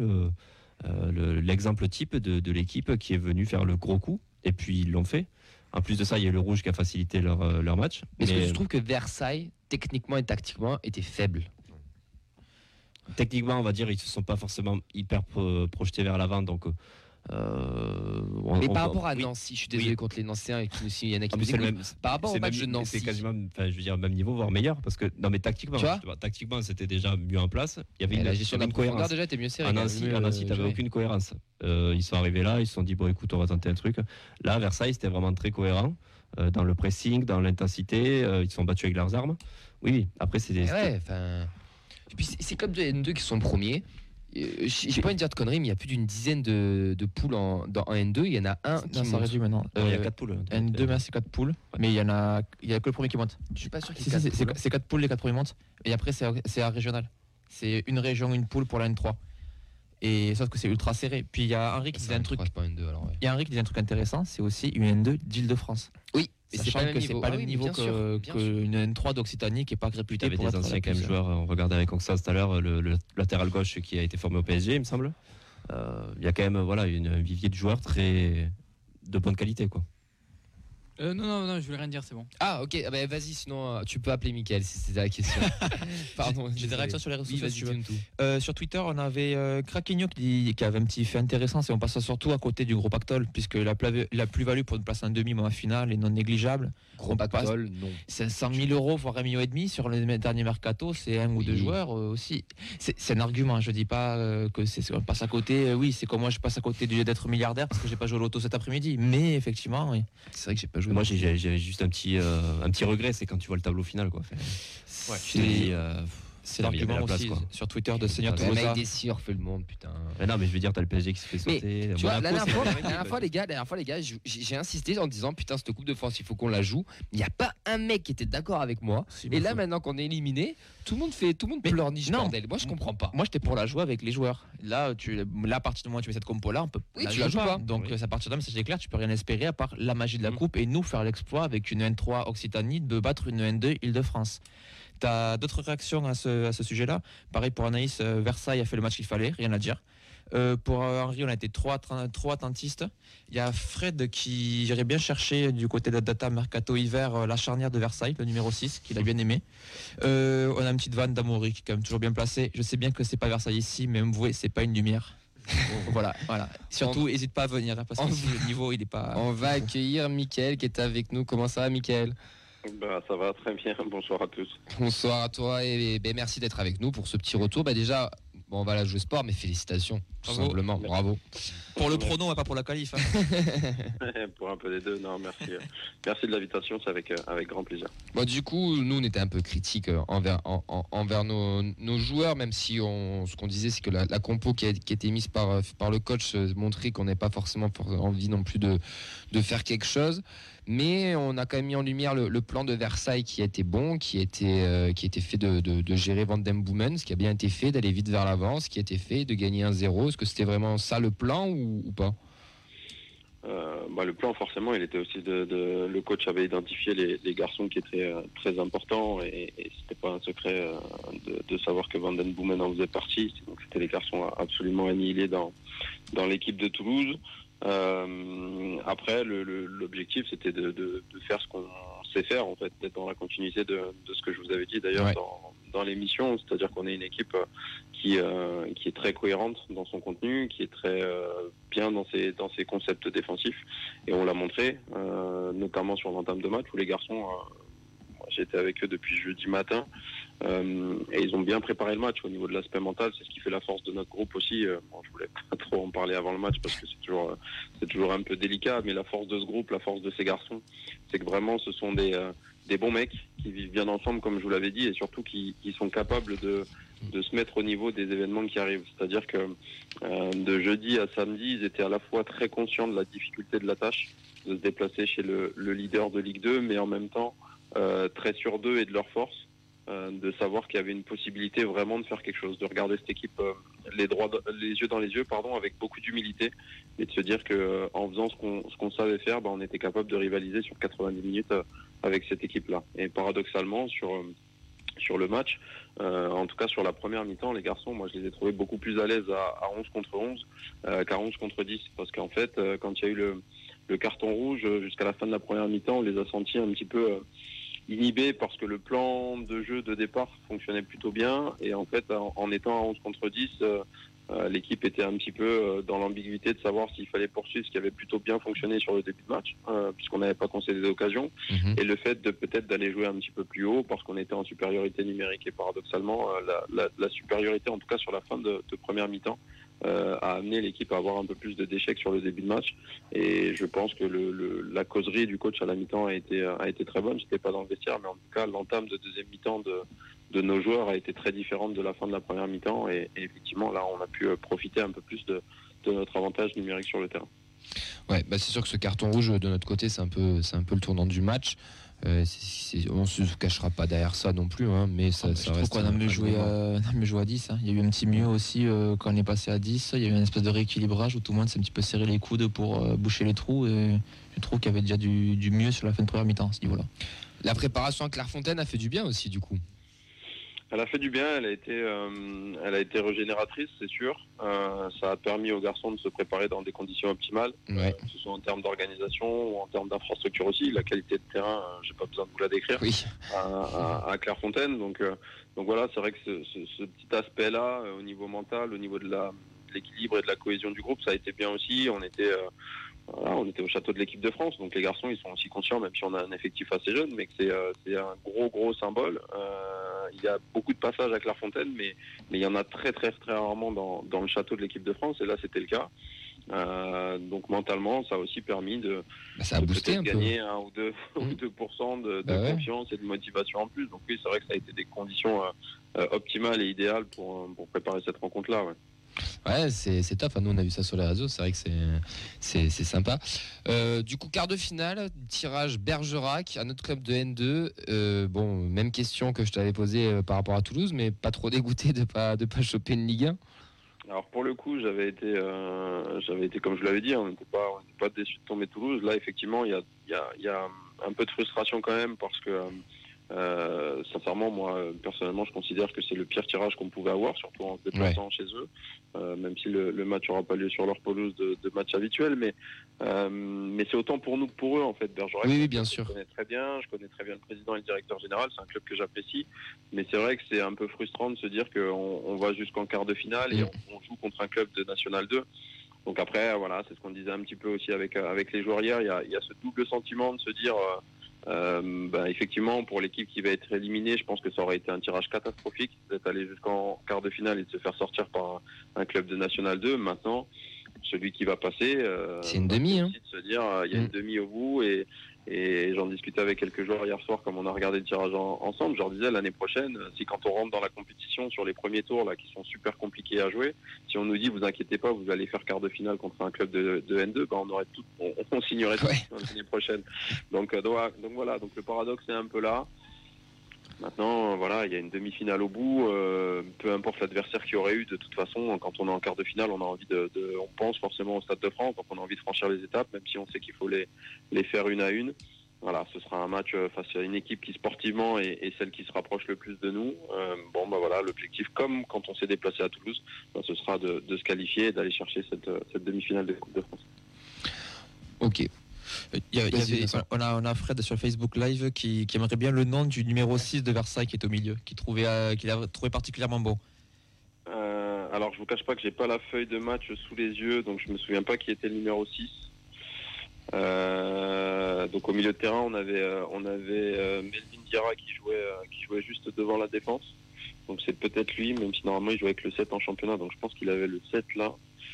l'exemple type de l'équipe qui est venue faire le gros coup, et puis ils l'ont fait. En plus de ça, il y a le rouge qui a facilité leur match. Mais est-ce que tu trouves que Versailles, techniquement et tactiquement, était faible? Techniquement, on va dire, ils ne se sont pas forcément hyper projetés vers l'avant, donc Mais par rapport à Nancy, je suis désolé contre les Nancéens et il y en a qui nous écoutent. Par rapport au match de Nancy, c'est quasiment, je veux dire, même niveau, voire meilleur, parce que non, mais tactiquement, c'était déjà mieux en place. Il y avait la gestion de la profondeur déjà était mieux serrée. À Nancy, t'avais aucune cohérence. Ils sont arrivés là, ils se sont dit bon, écoute, on va tenter un truc. Là, à Versailles, c'était vraiment très cohérent dans le pressing, dans l'intensité. Ils se sont battus avec leurs armes. Oui. Après, c'est des. Et puis ces clubs de N2 qui sont premiers. J'ai pas envie de dire de conneries, mais il y a plus d'une dizaine de poules en N2. Il y en a un qui ça réduit maintenant. Il y a 4 poules. N2, c'est 4 poules, mais il y a que le premier qui monte. Je suis pas sûr qu'il c'est 4 poules, les 4 premiers montent. Et après, c'est à régional. C'est une région, une poule pour la N3. Et sauf que c'est ultra serré. Puis il y a Henri qui disait un truc. Il y a Henri qui disait un truc intéressant, c'est aussi une N2 d'Île-de-France. Oui. Sachant que c'est pas le même niveau qu'une N3 d'Occitanie qui est pas réputée pour être des anciens quand même joueurs. On regardait avec Oxas tout à l'heure le latéral gauche qui a été formé au PSG, il me semble. Il y a quand même un vivier de joueurs très de bonne qualité, quoi. Non, je voulais rien dire, c'est bon. Ah, ok, vas-y, sinon tu peux appeler Mickaël si c'était la question. Pardon, j'ai des réactions sur les réseaux sociaux. Tout. Sur Twitter, on avait Craquigno qui avait un petit fait intéressant, c'est on passe surtout à côté du gros pactole, puisque la plus-value pour une place en demi, mais en finale est non négligeable. Gros pactole, non. C'est 100 000 €, voire 1,5 million sur le dernier mercato, c'est un ou deux joueurs aussi. C'est un argument, je dis pas que on passe à côté. Oui, c'est comme moi je passe à côté d'être milliardaire parce que j'ai pas joué au loto cet après-midi, mais effectivement, oui. C'est vrai que j'ai pas joué. Moi, j'ai juste un petit regret, c'est quand tu vois le tableau final, quoi. C'est l'argument aussi sur Twitter de Seigneur Toulouse. Le mec des si refait le monde, putain. Mais non, mais je veux dire, t'as le PSG qui se fait sauter. Tu vois, la dernière fois, les gars, j'ai insisté en disant putain, cette Coupe de France, il faut qu'on la joue. Il n'y a pas un mec qui était d'accord avec moi. Et là, maintenant qu'on est éliminé, tout le monde pleurniche, bordel. Moi, je comprends pas. Moi, j'étais pour la jouer avec les joueurs. Là, à partir du moment où tu mets cette compo-là, on peut. Oui, tu la joues pas. Donc, à partir de là, message clair, tu peux rien espérer à part la magie de la Coupe et nous faire l'exploit avec une N3 Occitanie de battre une N2 Île-de-France. T'as d'autres réactions à ce sujet-là? Pareil pour Anaïs, Versailles a fait le match qu'il fallait, rien à dire. Pour Henri, on a été trois attentistes. Il y a Fred qui irait bien chercher du côté de la Data Mercato Hiver la charnière de Versailles, le numéro 6, qu'il a bien aimé. On a une petite vanne d'Amaury qui est quand même toujours bien placée. Je sais bien que c'est pas Versailles ici, mais me vouer, c'est pas une lumière. voilà. Surtout, n'hésite pas à venir parce que le niveau, il est pas. On va accueillir Mickaël qui est avec nous. Comment ça va, Mickaël? Ça va très bien, bonsoir à tous. Bonsoir à toi et merci d'être avec nous pour ce petit retour. Déjà, on va la jouer sport, mais félicitations, tout simplement, bravo. Pour le prono, pas pour la qualif. Pour un peu des deux, non, merci. Merci de l'invitation, c'est avec grand plaisir. Du coup, nous, on était un peu critiques envers nos joueurs, même si ce qu'on disait, c'est que la compo qui a été mise par le coach montrait qu'on n'avait pas forcément envie non plus de faire quelque chose. Mais on a quand même mis en lumière le plan de Versailles qui a été bon, qui a été fait de gérer Van den Boomen, ce qui a bien été fait, d'aller vite vers l'avant, ce qui a été fait, de gagner 1-0. Est-ce que c'était vraiment ça le plan ou pas? Le plan, forcément, il était aussi le coach avait identifié les garçons qui étaient très importants et c'était pas un secret de savoir que Van den Boomen en faisait partie. Donc c'était les garçons absolument annihilés dans l'équipe de Toulouse. Après, l'objectif, c'était de faire ce qu'on sait faire, en fait, d'être dans la continuité de ce que je vous avais dit d'ailleurs dans l'émission, c'est-à-dire qu'on est une équipe qui est très cohérente dans son contenu, qui est très bien dans ses concepts défensifs, et on l'a montré, notamment sur l'entame de match où les garçons, j'étais avec eux depuis jeudi matin, et ils ont bien préparé le match au niveau de l'aspect mental. C'est ce qui fait la force de notre groupe aussi. Je voulais pas trop en parler avant le match parce que c'est toujours un peu délicat, mais la force de ce groupe, la force de ces garçons, c'est que vraiment ce sont des bons mecs qui vivent bien ensemble, comme je vous l'avais dit, et surtout qui sont capables de se mettre au niveau des événements qui arrivent. C'est-à-dire que de jeudi à samedi, ils étaient à la fois très conscients de la difficulté de la tâche, de se déplacer chez le leader de Ligue 2, mais en même temps très sûrs d'eux et de leur force, de savoir qu'il y avait une possibilité vraiment de faire quelque chose, de regarder cette équipe les yeux dans les yeux, avec beaucoup d'humilité, et de se dire que en faisant ce qu'on savait faire, on était capable de rivaliser sur 90 minutes avec cette équipe-là. Et paradoxalement, sur le match, en tout cas sur la première mi-temps, les garçons, moi je les ai trouvés beaucoup plus à l'aise à 11 contre 11 qu'à 11 contre 10, parce qu'en fait, quand il y a eu le carton rouge, jusqu'à la fin de la première mi-temps, on les a sentis un petit peu inhibés parce que le plan de jeu de départ fonctionnait plutôt bien, et en fait en étant à 11 contre 10, l'équipe était un petit peu dans l'ambiguïté de savoir s'il fallait poursuivre ce qui avait plutôt bien fonctionné sur le début de match, puisqu'on n'avait pas concédé d'occasion, et le fait de peut-être d'aller jouer un petit peu plus haut parce qu'on était en supériorité numérique, et paradoxalement la supériorité, en tout cas sur la fin de première mi-temps, a amené l'équipe à avoir un peu plus de d'échecs sur le début de match, et je pense que la causerie du coach à la mi-temps a été très bonne. J'étais pas dans le vestiaire, mais en tout cas l'entame de deuxième mi-temps de nos joueurs a été très différente de la fin de la première mi-temps, et effectivement là on a pu profiter un peu plus de notre avantage numérique sur le terrain. Ouais, bah c'est sûr que ce carton rouge de notre côté c'est un peu le tournant du match. On ne se cachera pas derrière ça non plus, hein, mais ça je trouve reste. qu'on a mieux joué à 10. Hein. Il y a eu un petit mieux aussi quand on est passé à 10. Il y a eu une espèce de rééquilibrage où tout le monde s'est un petit peu serré les coudes pour boucher les trous. Et je trouve qu'il y avait déjà du mieux sur la fin de première mi-temps à ce niveau-là. La préparation à Clairefontaine a fait du bien aussi, du coup. Elle a fait du bien, elle a été régénératrice, c'est sûr. Ça a permis aux garçons de se préparer dans des conditions optimales, ouais. Que ce soit en termes d'organisation ou en termes d'infrastructure aussi. La qualité de terrain, j'ai pas besoin de vous la décrire, oui. à Clairefontaine. Donc voilà, c'est vrai que ce petit aspect-là, au niveau mental, au niveau de l'équilibre et de la cohésion du groupe, ça a été bien aussi. On était au château de l'équipe de France, donc les garçons ils sont aussi conscients, même si on a un effectif assez jeune, mais que c'est un gros symbole. Il y a beaucoup de passages à Clairefontaine, mais il y en a très rarement dans le château de l'équipe de France, et là c'était le cas. Donc mentalement, ça a aussi permis de boosté un gagner 1 ou 2% de confiance et de motivation en plus. Donc oui, c'est vrai que ça a été des conditions optimales et idéales pour préparer cette rencontre-là. Ouais. Ouais, c'est top. Nous, on a vu ça sur les réseaux. C'est vrai que c'est sympa. Du coup, quart de finale, tirage Bergerac, un autre club de N2. Bon, même question que je t'avais posée par rapport à Toulouse, mais pas trop dégoûté de pas choper une Ligue 1. Alors pour le coup, j'avais été comme je l'avais dit, on n'était pas déçu de tomber Toulouse. Là, effectivement, il y a un peu de frustration quand même parce que sincèrement, moi, personnellement, je considère que c'est le pire tirage qu'on pouvait avoir, surtout en se déplaçant chez eux, même si le match n'aura pas lieu sur leur pelouse de match habituel, mais c'est autant pour nous que pour eux, en fait. Bergerac, oui, bien sûr. Je connais très bien le président et le directeur général, c'est un club que j'apprécie, mais c'est vrai que c'est un peu frustrant de se dire qu'on va jusqu'en quart de finale et on joue contre un club de National 2. Donc après, voilà, c'est ce qu'on disait un petit peu aussi avec les joueurs hier, il y a ce double sentiment de se dire... effectivement, pour l'équipe qui va être éliminée, je pense que ça aurait été un tirage catastrophique d'être allé jusqu'en quart de finale et de se faire sortir par un club de National 2. Maintenant, celui qui va passer, c'est une demi. De se dire, il y a une demi au bout, et j'en discutais avec quelques joueurs hier soir, comme on a regardé le tirage ensemble. Je leur disais, l'année prochaine, si quand on rentre dans la compétition sur les premiers tours là, qui sont super compliqués à jouer, si on nous dit, vous inquiétez pas, vous allez faire quart de finale contre un club de N2, on signerait tout l'année prochaine. Donc voilà, donc le paradoxe est un peu là. Maintenant, voilà, il y a une demi-finale au bout. Peu importe l'adversaire qu'il y aurait eu, de toute façon, quand on est en quart de finale, on a envie on pense forcément au Stade de France, donc on a envie de franchir les étapes, même si on sait qu'il faut les faire une à une. Voilà, ce sera un match face à une équipe qui sportivement est celle qui se rapproche le plus de nous. Voilà, l'objectif, comme quand on s'est déplacé à Toulouse, ce sera de se qualifier et d'aller chercher cette demi-finale de Coupe de France. Ok. On a Fred sur Facebook Live qui aimerait bien le nom du numéro 6 de Versailles qui est au milieu, qu'il a trouvé particulièrement bon. Alors je vous cache pas que j'ai pas la feuille de match sous les yeux, donc je me souviens pas qui était le numéro 6. Donc au milieu de terrain, on avait Melvin Diarra qui jouait juste devant la défense. Donc c'est peut-être lui, même si normalement il jouait avec le 7 en championnat, donc je pense qu'il avait le 7 là.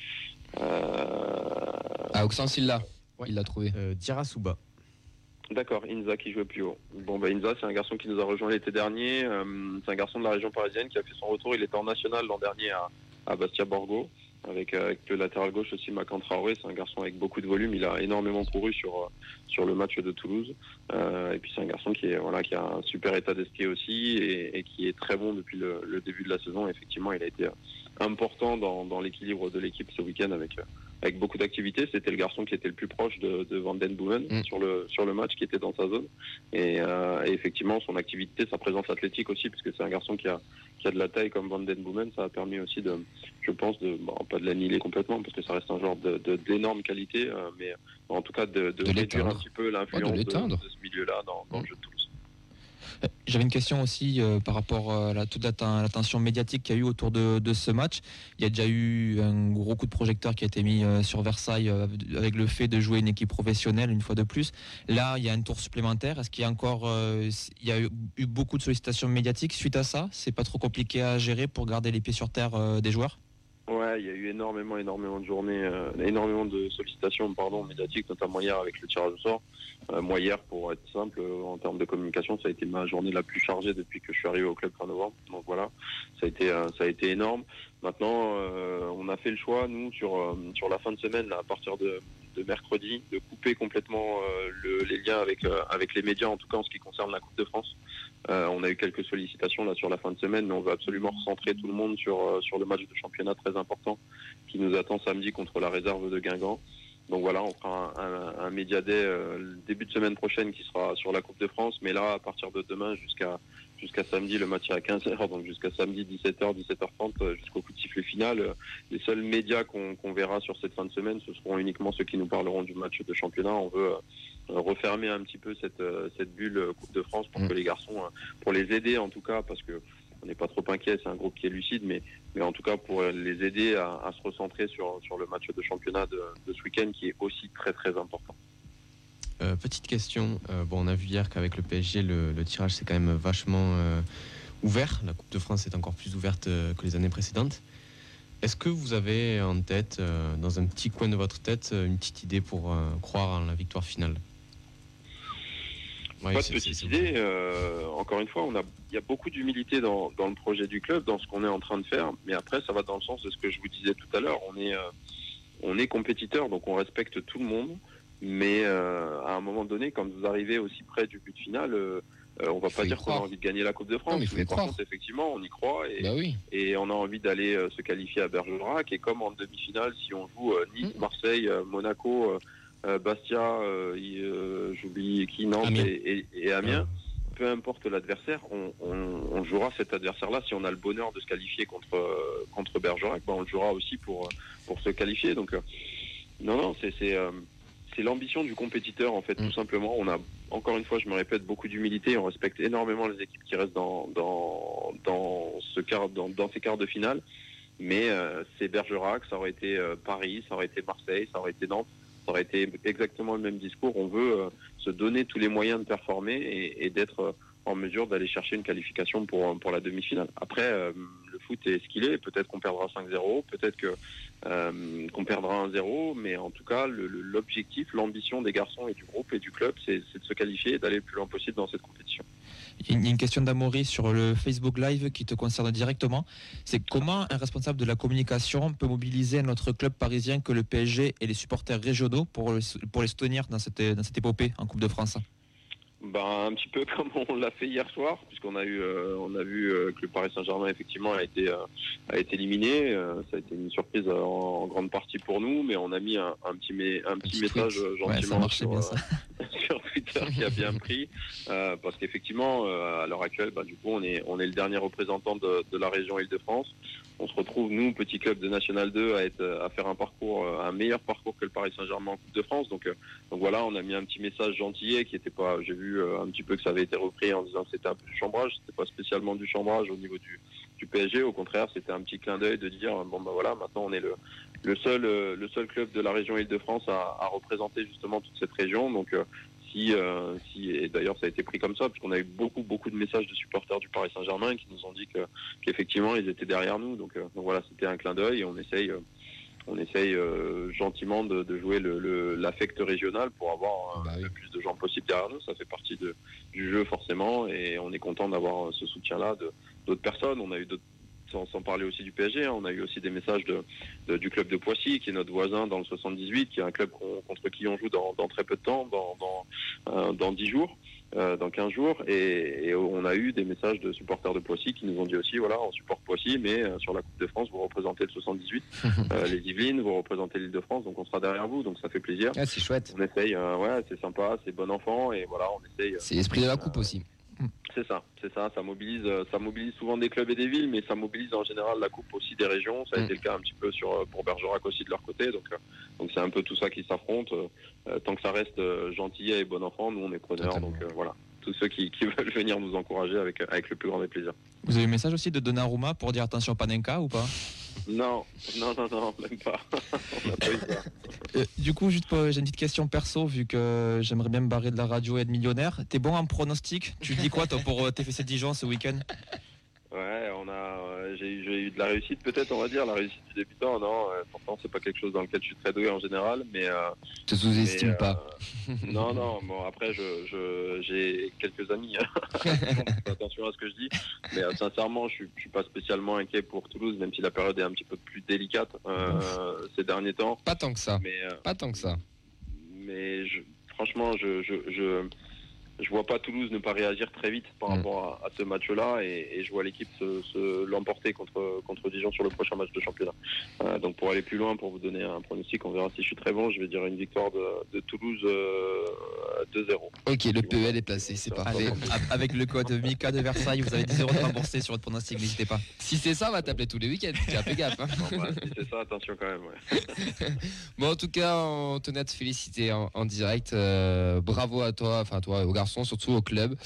Auxence, il l'a trouvé. Diarra Souba. D'accord, Inza qui jouait plus haut. Inza, c'est un garçon qui nous a rejoint l'été dernier. C'est un garçon de la région parisienne qui a fait son retour. Il était en national l'an dernier à Bastia-Borgo, avec le latéral gauche aussi, Makan Traoré. C'est un garçon avec beaucoup de volume. Il a énormément couru sur le match de Toulouse. Et puis c'est un garçon qui a un super état d'esprit aussi et qui est très bon depuis le début de la saison. Effectivement, il a été important dans l'équilibre de l'équipe ce week-end avec beaucoup d'activités. C'était le garçon qui était le plus proche de Van Den Boomen sur le match, qui était dans sa zone. Et effectivement, son activité, sa présence athlétique aussi, puisque c'est un garçon qui a de la taille comme Van Den Boomen, ça a permis aussi je pense, pas de l'annihiler complètement, parce que ça reste un joueur d'énorme qualité, mais en tout cas de réduire un petit peu l'influence de ce milieu-là dans le jeu de Toulouse. J'avais une question aussi par rapport à toute l'attention médiatique qu'il y a eu autour de ce match. Il y a déjà eu un gros coup de projecteur qui a été mis sur Versailles avec le fait de jouer une équipe professionnelle une fois de plus. Là, il y a un tour supplémentaire. Est-ce qu'il y a encore il y a eu beaucoup de sollicitations médiatiques suite à ça? C'est pas trop compliqué à gérer pour garder les pieds sur terre des joueurs? Ouais, il y a eu énormément de journées, énormément de sollicitations médiatiques, notamment hier avec le tirage au sort. Moi hier, pour être simple, en termes de communication, ça a été ma journée la plus chargée depuis que je suis arrivé au club fin novembre. Donc voilà, ça a été énorme. Maintenant, on a fait le choix, nous, sur la fin de semaine, là, à partir de mercredi, de couper complètement les liens avec les médias, en tout cas en ce qui concerne la Coupe de France. On a eu quelques sollicitations là sur la fin de semaine, mais on veut absolument recentrer tout le monde sur le match de championnat très important qui nous attend samedi contre la réserve de Guingamp. Donc voilà, on fera un Media Day début de semaine prochaine qui sera sur la Coupe de France, mais là, à partir de demain jusqu'à samedi, le match est à 15h, donc jusqu'à samedi 17h, 17h30, jusqu'au coup de sifflet final. Les seuls médias qu'on verra sur cette fin de semaine, ce seront uniquement ceux qui nous parleront du match de championnat. On veut refermer un petit peu cette bulle Coupe de France pour que les garçons, pour les aider en tout cas, parce que on n'est pas trop inquiet, c'est un groupe qui est lucide, mais en tout cas pour les aider à se recentrer sur le match de championnat de ce week-end qui est aussi très très important. Petite question, on a vu hier qu'avec le PSG le tirage c'est quand même vachement ouvert, la Coupe de France est encore plus ouverte que les années précédentes. Est-ce que vous avez en tête, dans un petit coin de votre tête, une petite idée pour croire en la victoire finale? Pas de petite idée. Encore une fois, il y a beaucoup d'humilité dans le projet du club, dans ce qu'on est en train de faire. Mais après, ça va dans le sens de ce que je vous disais tout à l'heure. On est compétiteur, donc on respecte tout le monde. Mais à un moment donné, quand vous arrivez aussi près du but final, on va pas dire qu'on a envie de gagner la Coupe de France. Non, mais par contre, effectivement, on y croit et on a envie d'aller se qualifier à Bergerac. Et comme en demi-finale, si on joue Nice, Marseille, Monaco, Bastia, j'oublie qui, Nantes et Amiens, peu importe l'adversaire, on jouera cet adversaire-là. Si on a le bonheur de se qualifier contre Bergerac, on le jouera aussi pour se qualifier. Donc non, c'est l'ambition du compétiteur en fait, tout simplement. On a, encore une fois, je me répète, beaucoup d'humilité. On respecte énormément les équipes qui restent dans ces quarts de finale. Mais c'est Bergerac, ça aurait été Paris, ça aurait été Marseille, ça aurait été Nantes. Ça aurait été exactement le même discours. On veut se donner tous les moyens de performer et d'être en mesure d'aller chercher une qualification pour la demi-finale. Après, le foot est ce qu'il est. Peut-être qu'on perdra 5-0, peut-être qu'on perdra 1-0, mais en tout cas, l'objectif, l'ambition des garçons et du groupe et du club, c'est de se qualifier et d'aller le plus loin possible dans cette compétition. Il y a une question d'Amaury sur le Facebook Live qui te concerne directement. C'est comment un responsable de la communication peut mobiliser un autre club parisien que le PSG et les supporters régionaux pour les soutenir dans cette épopée en Coupe de France? Un petit peu comme on l'a fait hier soir, puisqu'on a vu que le Paris Saint-Germain effectivement a été éliminé. Ça a été une surprise en grande partie pour nous, mais on a mis un petit message gentiment sur Twitter qui a bien pris, parce qu'effectivement à l'heure actuelle, du coup on est le dernier représentant de la région Île-de-France. On se retrouve, nous, petit club de National 2, à faire un meilleur parcours que le Paris Saint-Germain en Coupe de France. Donc voilà, on a mis un petit message gentillet qui était pas, j'ai vu un petit peu que ça avait été repris en disant que c'était un peu du chambrage. C'était pas spécialement du chambrage au niveau du PSG. Au contraire, c'était un petit clin d'œil de dire, voilà, maintenant on est le seul club de la région Île-de-France à représenter justement toute cette région. Donc et d'ailleurs ça a été pris comme ça, puisqu'on a eu beaucoup de messages de supporters du Paris Saint-Germain qui nous ont dit qu'effectivement ils étaient derrière nous. Donc voilà, c'était un clin d'œil et on essaye gentiment de jouer l'affect régional pour avoir le plus de gens possible derrière nous. Ça fait partie du jeu forcément, et on est content d'avoir ce soutien-là d'autres personnes. On a eu d'autres, sans parler aussi du PSG, on a eu aussi des messages du club de Poissy, qui est notre voisin dans le 78, qui est un club contre qui on joue dans très peu de temps, dans 10 jours, dans 15 jours, et on a eu des messages de supporters de Poissy qui nous ont dit aussi, voilà, on supporte Poissy, mais sur la Coupe de France, vous représentez le 78, les Yvelines, vous représentez l'Île-de-France, donc on sera derrière vous, donc ça fait plaisir. Ah, c'est chouette. On essaye, c'est sympa, c'est bon enfant, et voilà, on essaye. C'est l'esprit de la Coupe aussi. C'est ça, ça mobilise souvent des clubs et des villes, mais ça mobilise en général la Coupe aussi des régions. Ça a été le cas un petit peu pour Bergerac aussi de leur côté, donc c'est un peu tout ça qui s'affronte. Tant que ça reste gentillet et bon enfant, nous on est preneurs, donc voilà, tous ceux qui veulent venir nous encourager avec le plus grand des plaisirs. Vous avez un message aussi de Donnarumma pour dire attention Panenka ou pas? Non, même pas. On n'a pas eu ça. Du coup, j'ai une petite question perso, vu que j'aimerais bien me barrer de la radio et être millionnaire. T'es bon en pronostic? Tu dis quoi toi pour TFC Dijon ce week-end? Ouais, j'ai eu de la réussite peut-être, on va dire, la réussite du débutant. Non, pourtant c'est pas quelque chose dans lequel je suis très doué en général, mais te sous-estime pas. Non, bon après j'ai quelques amis. Fais attention à ce que je dis, mais sincèrement, je suis pas spécialement inquiet pour Toulouse, même si la période est un petit peu plus délicate ces derniers temps. Pas tant que ça. Mais franchement, je vois pas Toulouse ne pas réagir très vite par rapport à ce match-là et je vois l'équipe l'emporter contre Dijon sur le prochain match de championnat. Donc pour aller plus loin, pour vous donner un pronostic, on verra si je suis très bon, je vais dire une victoire de Toulouse 2-0. Ok, le PEL est placé, c'est parfait. Avec le code Mika de Versailles, vous avez 10 € de remboursés sur votre pronostic, n'hésitez pas. Si c'est ça, on va t'appeler tous les week-ends, tu as fait gaffe. Hein. Si c'est ça, attention quand même. Ouais. Bon, en tout cas, on tenait à te féliciter en direct. Bravo à toi, enfin toi aux garçons, surtout au club.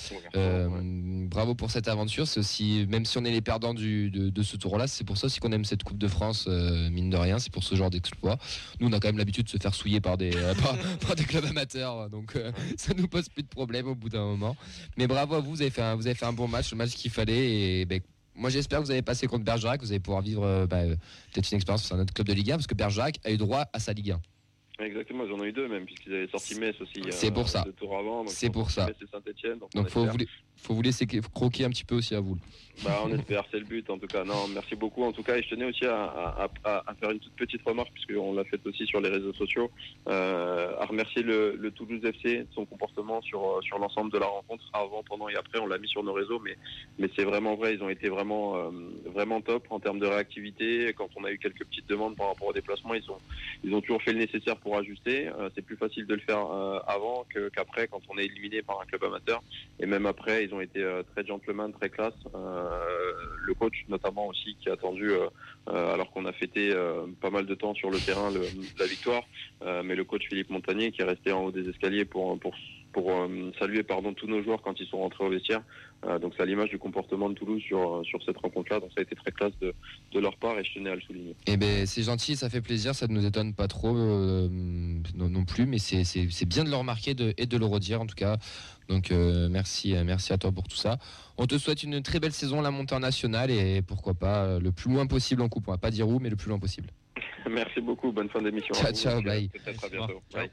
Bravo pour cette aventure. C'est aussi, même si on est les perdants de ce tour-là, c'est pour ça aussi qu'on aime cette Coupe de France, mine de rien. C'est pour ce genre d'exploit. Nous, on a quand même l'habitude de se faire souiller par des clubs amateurs, donc ça nous pose plus de problème au bout d'un moment. Mais bravo à vous, vous avez fait un bon match, le match qu'il fallait. Et moi, j'espère que vous avez passé contre Bergerac, vous allez pouvoir vivre peut-être une expérience sur un autre club de Ligue 1, parce que Bergerac a eu droit à sa Ligue 1. Exactement, ils en ont eu deux même, puisqu'ils avaient sorti Metz aussi. C'est pour ça. Le tour avant, c'est pour ça. Metz et Saint-Etienne. Donc faut vous laisser croquer un petit peu aussi à vous. On espère, c'est le but en tout cas. Non, merci beaucoup en tout cas. Et je tenais aussi à faire une toute petite remarque, puisqu'on l'a fait aussi sur les réseaux sociaux, à remercier le Toulouse FC de son comportement sur l'ensemble de la rencontre, avant, pendant et après. On l'a mis sur nos réseaux, mais c'est vraiment vrai. Ils ont été vraiment top en termes de réactivité. Quand on a eu quelques petites demandes par rapport au déplacement, ils ont toujours fait le nécessaire pour ajuster. C'est plus facile de le faire avant qu'après, quand on est éliminé par un club amateur. Et même après, ils ont été très gentlemen, très classe. Le coach notamment aussi, qui a attendu alors qu'on a fêté pas mal de temps sur le terrain la victoire, mais le coach Philippe Montagnier qui est resté en haut des escaliers pour saluer tous nos joueurs quand ils sont rentrés au vestiaire. Donc c'est à l'image du comportement de Toulouse sur cette rencontre-là. Donc ça a été très classe de leur part et je tenais à le souligner. C'est gentil, ça fait plaisir, ça ne nous étonne pas trop non plus, mais c'est bien de le remarquer et de le redire en tout cas. Donc merci à toi pour tout ça. On te souhaite une très belle saison, la montée en nationale et pourquoi pas le plus loin possible en coupe. On va pas dire où, mais le plus loin possible. Merci beaucoup, bonne fin d'émission. Ciao, bye. Peut-être à bientôt. Bye.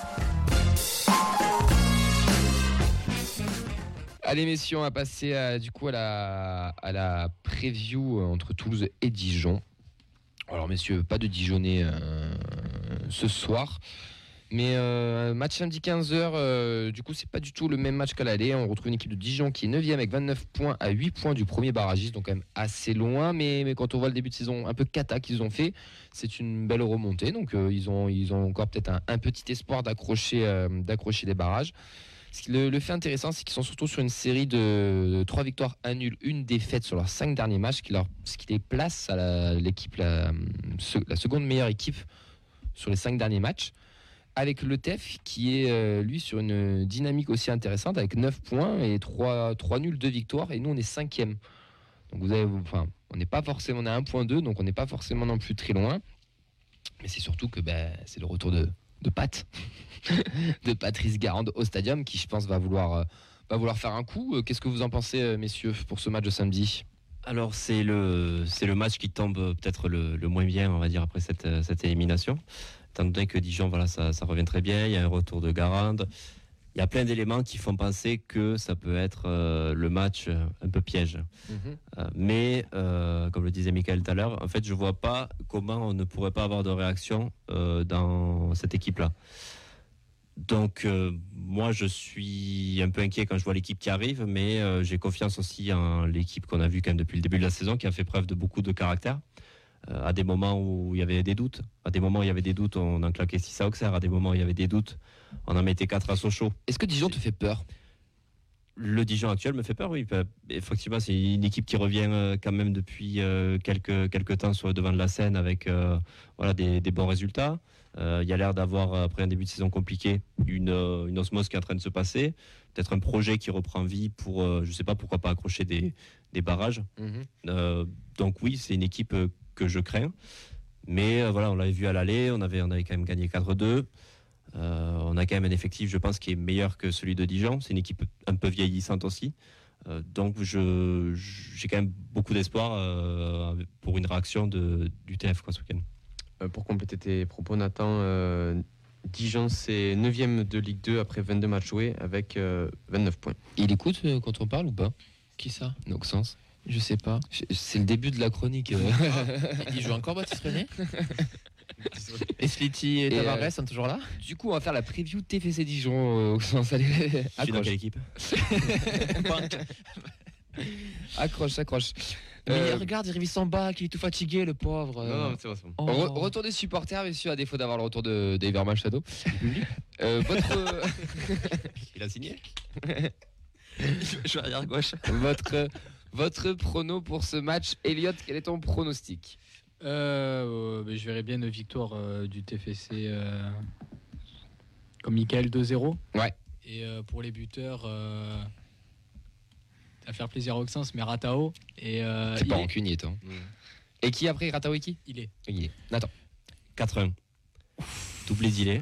Allez messieurs, on va passer du coup à la preview entre Toulouse et Dijon. Alors messieurs, pas de Dijonnais ce soir. Mais match samedi 15h, du coup c'est pas du tout le même match qu'à l'aller. On retrouve une équipe de Dijon qui est 9e avec 29 points à 8 points du premier barragiste, donc quand même assez loin. Mais quand on voit le début de saison un peu cata qu'ils ont fait, c'est une belle remontée. Donc ils ont encore peut-être un petit espoir d'accrocher des barrages. Le fait intéressant, c'est qu'ils sont surtout sur une série de 3 victoires, 1 nul, 1 défaite sur leurs 5 derniers matchs, ce qui les place à l'équipe, la seconde meilleure équipe sur les 5 derniers matchs. Avec le TEF qui est lui sur une dynamique aussi intéressante avec 9 points et 3 nuls, 2 victoires, et nous on est 5e. Donc on n'est pas forcément, on est à 1.2, donc on n'est pas forcément non plus très loin. Mais c'est surtout que c'est le retour de Pat, de Patrice Garande au stadium, qui je pense va vouloir faire un coup. Qu'est-ce que vous en pensez, messieurs, pour ce match de samedi ? Alors c'est le match qui tombe peut-être le moins bien, on va dire, après cette élimination. Étant donné que Dijon, ça revient très bien, il y a un retour de Garande. Il y a plein d'éléments qui font penser que ça peut être le match un peu piège. Mais, comme le disait Michael tout à l'heure, en fait, je ne vois pas comment on ne pourrait pas avoir de réaction dans cette équipe-là. Donc, moi, je suis un peu inquiet quand je vois l'équipe qui arrive, mais j'ai confiance aussi en l'équipe qu'on a vue quand même depuis le début de la saison, qui a fait preuve de beaucoup de caractère. À des moments où il y avait des doutes. À des moments où il y avait des doutes, on en claquait 6 à Auxerre. À des moments où il y avait des doutes, on en mettait 4 à Sochaux. Est-ce que Dijon te fait peur ? Le Dijon actuel me fait peur, oui. Effectivement, c'est une équipe qui revient quand même depuis quelques temps sur le devant de la scène avec des bons résultats. Il y a l'air d'avoir, après un début de saison compliqué, une osmose qui est en train de se passer. Peut-être un projet qui reprend vie pour, je ne sais pas, pourquoi pas accrocher des barrages. Donc oui, c'est une équipe que je crains. Mais voilà, on l'avait vu à l'aller, on avait quand même gagné 4-2. On a quand même un effectif, je pense, qui est meilleur que celui de Dijon. C'est une équipe un peu vieillissante aussi. Donc j'ai quand même beaucoup d'espoir pour une réaction du TF ce week-end. Pour compléter tes propos, Nathan, Dijon c'est 9e de Ligue 2 après 22 matchs joués avec 29 points. Il écoute quand on parle ou pas? Qui ça? Noxens. Je sais pas. C'est le début de la chronique. Il joue encore Baptiste René? Et Slity et Tavares sont toujours là? Du coup, on va faire la preview TFC Dijon au sens. Allez, je suis dans quelle équipe? Accroche. Mais regarde, il révise son bac, il est tout fatigué, le pauvre. Non, c'est vrai. Retour des supporters, messieurs, à défaut d'avoir le retour d'Everman Shadow. Il a signé? Je suis arrière gauche. Votre prono pour ce match, Elliot, quel est ton pronostic? Je verrais bien une victoire du TFC comme Michael 2-0. Ouais. Et pour les buteurs, à faire plaisir à Auxence, mais Ratao. C'est pas rancunier, toi. Et qui après Ratao et qui? Il est. Nathan. 4-1. Doublé d'Illet.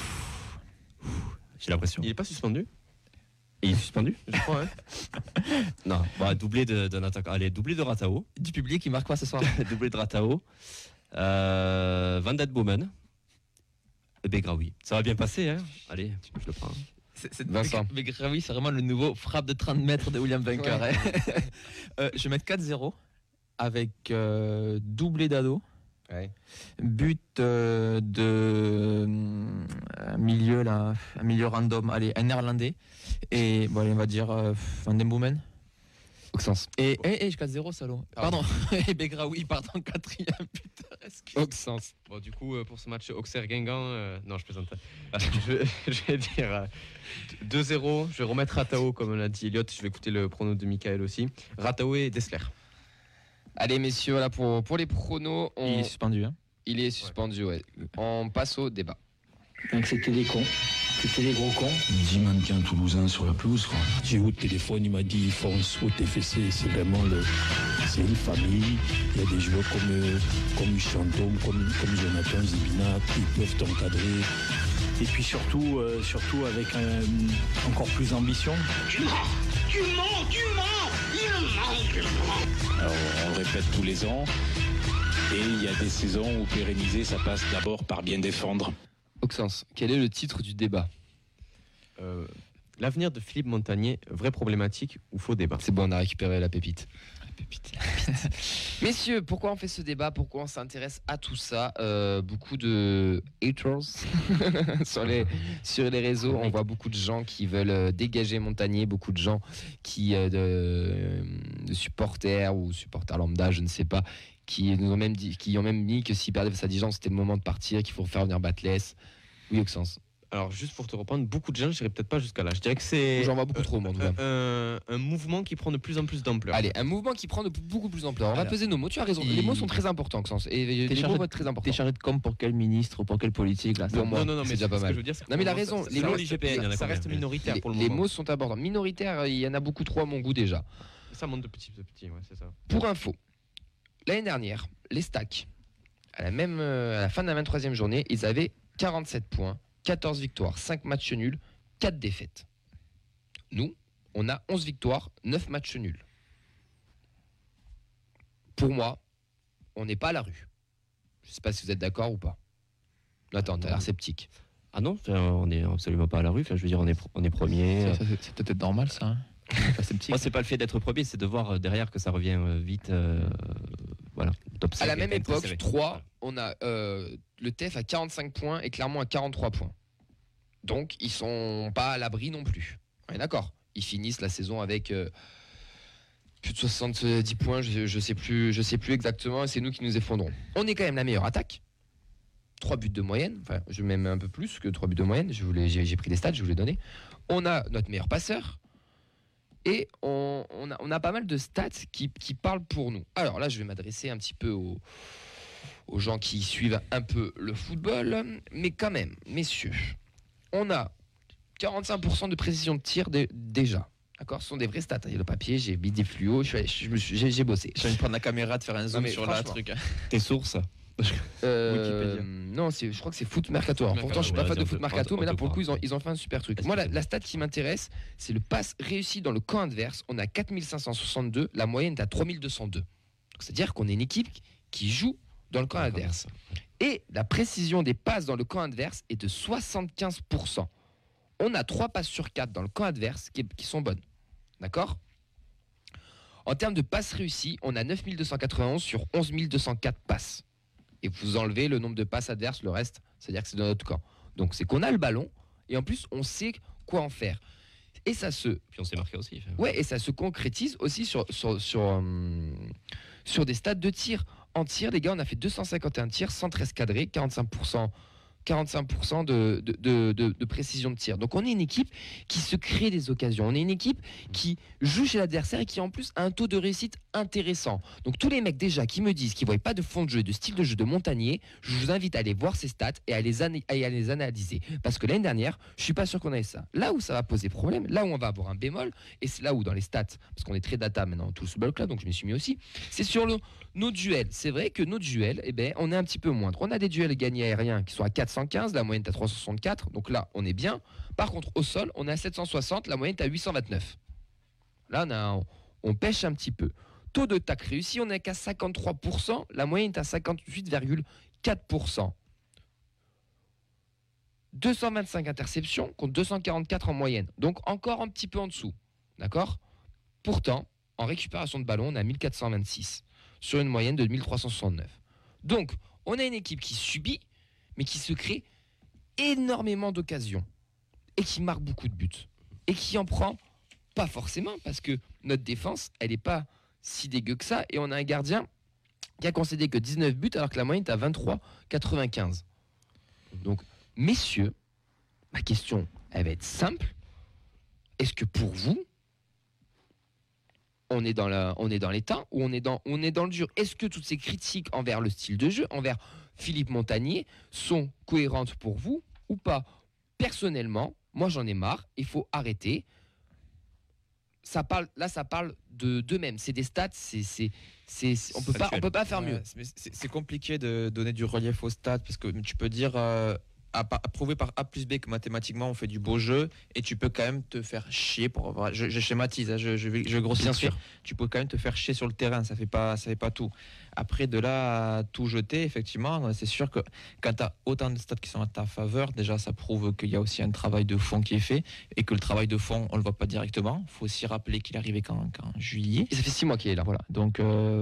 J'ai l'impression. Il est pas suspendu? Et il est suspendu? Je crois, hein. Non, doublé d'un attaquant. Allez, doublé de Ratao. Du public, il marque pas ce soir. Doublé de Ratao. Van Den Boomen. Et Begraoui. Ça va bien passer, hein. Allez, je le prends. Vincent. Begraoui, c'est vraiment le nouveau frappe de 30 mètres de William Bunker. Ouais. Je vais mettre 4-0 avec doublé d'Ado. Ouais. But de milieu là, un milieu random, allez, un néerlandais. Et bon, allez, on va dire Van Den Boomen. Auxence. Et 4-0, salaud. Pardon. Et Begraoui, pardon, 4e buteur. Auxence. Bon, du coup, pour ce match Auxerre-Guingamp, non, je plaisante. Je vais dire 2-0. Je vais remettre Ratao, comme l'a dit Elliot. Je vais écouter le prono de Michael aussi. Ratao et Dessler. Allez, messieurs, voilà pour les pronos. Il est suspendu. Hein. Il est suspendu, ouais. On passe au débat. Donc c'était des cons. C'était des gros cons. 10 mannequins toulousains sur la pelouse, quoi. J'ai eu au téléphone, il m'a dit fonce au TFC, c'est vraiment c'est une famille. Il y a des joueurs comme Chantôme, comme Jonathan Zibina qui peuvent t'encadrer. Et puis surtout avec encore plus d'ambition. Tu mens, il manque. Alors, on le répète tous les ans. Et il y a des saisons où pérenniser, ça passe d'abord par bien défendre. Auxence, quel est le titre du débat? L'avenir de Philippe Montagnier, vraie problématique ou faux débat? C'est bon, on a récupéré la pépite. Messieurs, pourquoi on fait ce débat? Pourquoi on s'intéresse à tout ça? Beaucoup de haters sur les réseaux. On voit beaucoup de gens qui veulent dégager Montagnier, beaucoup de gens de supporters ou supporters lambda, je ne sais pas, qui ont même dit que s'il perdait face à Dijon, c'était le moment de partir, qu'il faut faire venir Batles. Oui, Auxence. Alors, juste pour te reprendre, beaucoup de gens, je n'irai peut-être pas jusqu'à là. Je dirais que c'est. J'en vois beaucoup trop, moi, en tout cas. Un mouvement qui prend de plus en plus d'ampleur. Allez, un mouvement qui prend de beaucoup plus d'ampleur. On va peser nos mots. Tu as raison. Les mots sont très importants, Auxence. Et les mots vont être très importants. T'es chargé de com pour quel ministre ou pour quelle politique là? Pour moi, non, mais c'est déjà pas mal. Ce que je veux dire, non, mais il a raison. Les mots, ça reste minoritaire pour le moment. Les mots sont importants. Minoritaire, il y en a beaucoup trop à mon goût déjà. Ça monte de petit à petit, ouais, c'est ça. Pour info, l'année dernière, les Stacks, à la fin de la 23e journée, ils avaient 47 points. 14 victoires, 5 matchs nuls, 4 défaites. Nous, on a 11 victoires, 9 matchs nuls. Pour moi, on n'est pas à la rue. Je ne sais pas si vous êtes d'accord ou pas. Attends, t'as l'air sceptique. Ah non, on n'est absolument pas à la rue. Je veux dire, on est premier. C'est peut-être normal, ça. Hein. Moi, c'est pas le fait d'être premier, c'est de voir derrière que ça revient vite. Voilà, top 5. À la même époque, 3, on a le TF à 45 points et Clermont à 43 points. Donc, ils sont pas à l'abri non plus. On est d'accord. Ils finissent la saison avec plus de 70 points, je sais plus exactement, et c'est nous qui nous effondrons. On est quand même la meilleure attaque. 3 buts de moyenne, enfin, je mets même un peu plus que 3 buts de moyenne, j'ai pris des stats, je vous les ai donnés. On a notre meilleur passeur. Et on a pas mal de stats qui parlent pour nous. Alors là, je vais m'adresser un petit peu aux aux gens qui suivent un peu le football. Mais quand même, messieurs, on a 45% de précision de tir déjà. D'accord, ce sont des vrais stats. Il y a le papier, j'ai mis des fluos, j'ai bossé. Je viens de prendre la caméra, de faire un zoom sur le truc. Tes sources non, je crois que c'est Foot Mercato. Alors, pourtant, je suis pas fan de Foot Mercato, mais là, pour le coup, ils ont fait un super truc. Moi, la stat qui m'intéresse, c'est le pass réussi dans le camp adverse. On a 4562, la moyenne est à 3202. C'est-à-dire qu'on est une équipe qui joue dans le camp adverse. Et la précision des passes dans le camp adverse est de 75%. On a 3 passes sur 4 dans le camp adverse qui sont bonnes. D'accord ? En termes de passes réussies, on a 9291 sur 11204 passes. Et vous enlevez le nombre de passes adverses, le reste, c'est-à-dire que c'est dans notre camp. Donc c'est qu'on a le ballon, et en plus, on sait quoi en faire. Et ça se... Puis on s'est marqué aussi. Ouais, et ça se concrétise aussi sur des stats de tir. En tir, les gars, on a fait 251 tirs, 113 cadrés, 45% de précision de tir. Donc on est une équipe qui se crée des occasions. On est une équipe qui joue chez l'adversaire et qui en plus a un taux de réussite intéressant. Donc tous les mecs déjà qui me disent qu'ils ne voient pas de fond de jeu, de style de jeu de Montagnier, je vous invite à aller voir ces stats et à les analyser. Parce que l'année dernière, je ne suis pas sûr qu'on ait ça. Là où ça va poser problème, là où on va avoir un bémol, et c'est là où dans les stats, parce qu'on est très data maintenant, tout le football club, donc je m'y suis mis aussi, c'est sur nos duels. C'est vrai que nos duels, on est un petit peu moindre. On a des duels gagnés aériens qui sont à 415, la moyenne est à 364, donc là on est bien. Par contre au sol, on est à 760, la moyenne est à 829. Là on pêche un petit peu. Taux de tac réussi, on n'est qu'à 53%, la moyenne est à 58,4%. 225 interceptions contre 244 en moyenne, donc encore un petit peu en dessous. D'accord ? Pourtant, en récupération de ballon, on a 1426 sur une moyenne de 1369. Donc, on a une équipe qui subit, mais qui se crée énormément d'occasions et qui marque beaucoup de buts et qui en prend pas forcément parce que notre défense, elle n'est pas si dégueu que ça et on a un gardien qui a concédé que 19 buts alors que la moyenne est à 23,95. Donc, messieurs, ma question, elle va être simple. Est-ce que pour vous, on est dans les temps ou on est dans le dur? Est-ce que toutes ces critiques envers le style de jeu, envers Philippe Montagnier, sont cohérentes pour vous ou pas? Personnellement, moi j'en ai marre, il faut arrêter. Ça parle d'eux-mêmes, c'est des stats, on peut pas faire mieux. C'est compliqué de donner du relief aux stats parce que tu peux dire à prouver par A plus B que mathématiquement on fait du beau jeu et tu peux quand même te faire chier je schématise, je grossis. Bien sûr. Tu peux quand même te faire chier sur le terrain, ça fait pas tout. Après de là à tout jeter, effectivement, c'est sûr que quand tu as autant de stats qui sont à ta faveur, déjà ça prouve qu'il y a aussi un travail de fond qui est fait et que le travail de fond on le voit pas directement. Faut aussi rappeler qu'il est arrivé qu'en juillet. Et ça fait 6 mois qu'il est là. Voilà. Donc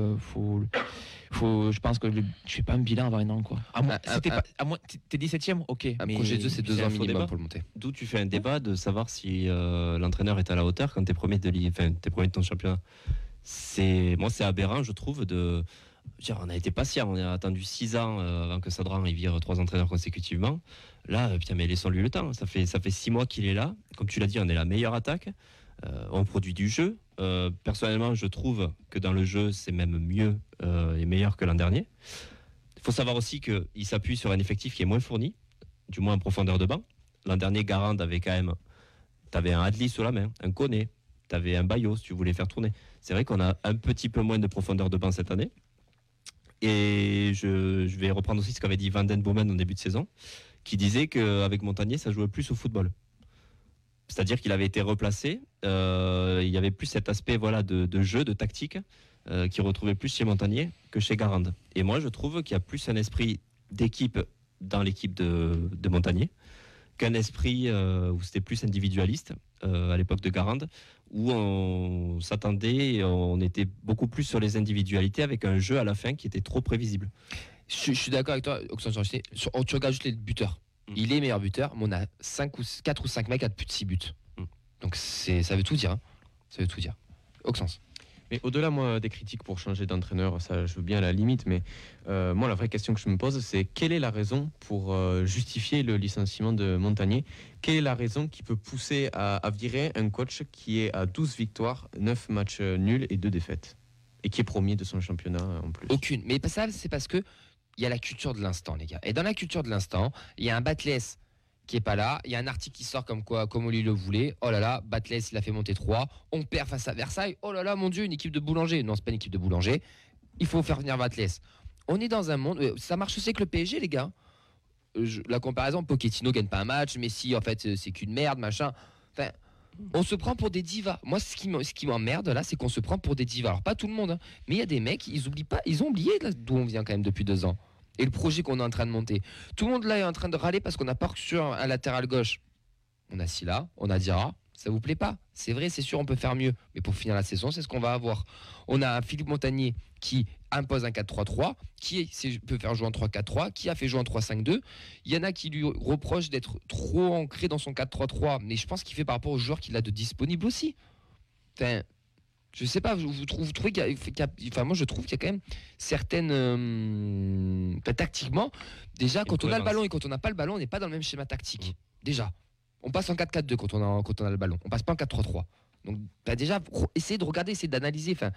je pense que je fais pas un bilan avant un an quoi. T'es 17ème, ok. Un projet de jeu, c'est 2 ans minimum pour le monter. D'où tu fais un débat de savoir si l'entraîneur est à la hauteur quand t'es premier de ton championnat. C'est aberrant, je trouve. On a été patient, on a attendu 6 ans avant que Sadran vire 3 entraîneurs consécutivement. Là, mais laissons-lui le temps. Ça fait 6 mois qu'il est là. Comme tu l'as dit, on est la meilleure attaque. On produit du jeu. Personnellement, je trouve que dans le jeu, c'est même mieux et meilleur que l'an dernier. Il faut savoir aussi qu'il s'appuie sur un effectif qui est moins fourni, du moins en profondeur de banc. L'an dernier, Garand avait quand même... T'avais un Adli sous la main, un Koné, t'avais un Bayo si tu voulais faire tourner. C'est vrai qu'on a un petit peu moins de profondeur de banc cette année. Et je vais reprendre aussi ce qu'avait dit Van den Boomen en début de saison, qui disait qu'avec Montagnier, ça jouait plus au football. C'est-à-dire qu'il avait été replacé, il y avait plus cet aspect de jeu, de tactique, qui retrouvait plus chez Montagnier que chez Garand. Et moi, je trouve qu'il y a plus un esprit d'équipe dans l'équipe de Montagnier qu'un esprit où c'était plus individualiste à l'époque de Garand, où on s'attendait et on était beaucoup plus sur les individualités avec un jeu à la fin qui était trop prévisible. Je suis d'accord avec toi, tu regardes juste les buteurs. Il est meilleur buteur, mais on a 4 ou 5 mecs à plus de 6 buts. Donc ça veut tout dire. Hein. Ça veut tout dire. Auxence. Mais au-delà, moi, des critiques pour changer d'entraîneur, ça, je veux bien à la limite, mais moi, la vraie question que je me pose, c'est quelle est la raison pour justifier le licenciement de Montagnier? Quelle est la raison qui peut pousser à virer un coach qui est à 12 victoires, 9 matchs nuls et 2 défaites? Et qui est premier de son championnat en plus? Aucune. Mais ça, c'est parce que il y a la culture de l'instant, les gars. Et dans la culture de l'instant, il y a un Batles qui est pas là. Il y a un article qui sort comme on lui le voulait. Oh là là, Batles, il a fait monter 3. On perd face à Versailles. Oh là là, mon Dieu, une équipe de boulanger. Non, c'est pas une équipe de boulanger. Il faut faire venir Batles. On est dans un monde. Ça marche aussi avec le PSG, les gars. La comparaison, Pochettino gagne pas un match. Messi, en fait, c'est qu'une merde, machin. Enfin, on se prend pour des divas. Moi, ce qui m'emmerde là, c'est qu'on se prend pour des divas. Alors, pas tout le monde, hein, mais il y a des mecs, ils ont oublié d'où on vient quand même depuis 2 ans. Et le projet qu'on est en train de monter. Tout le monde là est en train de râler parce qu'on n'a pas reçu un latéral gauche. On a Silla, on a Diarra. Ça vous plaît pas? C'est vrai, c'est sûr, on peut faire mieux. Mais pour finir la saison, c'est ce qu'on va avoir. On a un Philippe Montagnier qui impose un 4-3-3, qui peut faire jouer en 3-4-3, qui a fait jouer en 3-5-2. Il y en a qui lui reprochent d'être trop ancré dans son 4-3-3. Mais je pense qu'il fait par rapport aux joueurs qu'il a de disponibles aussi. Enfin, je sais pas, vous trouvez qu'il y a, enfin moi je trouve qu'il y a quand même certaines tactiquement, déjà quand on a le ballon et quand on n'a pas le ballon, on n'est pas dans le même schéma tactique. Déjà, on passe en 4-4-2 quand on a le ballon, on passe pas en 4-3-3. Donc déjà essayez de regarder, essayez d'analyser, enfin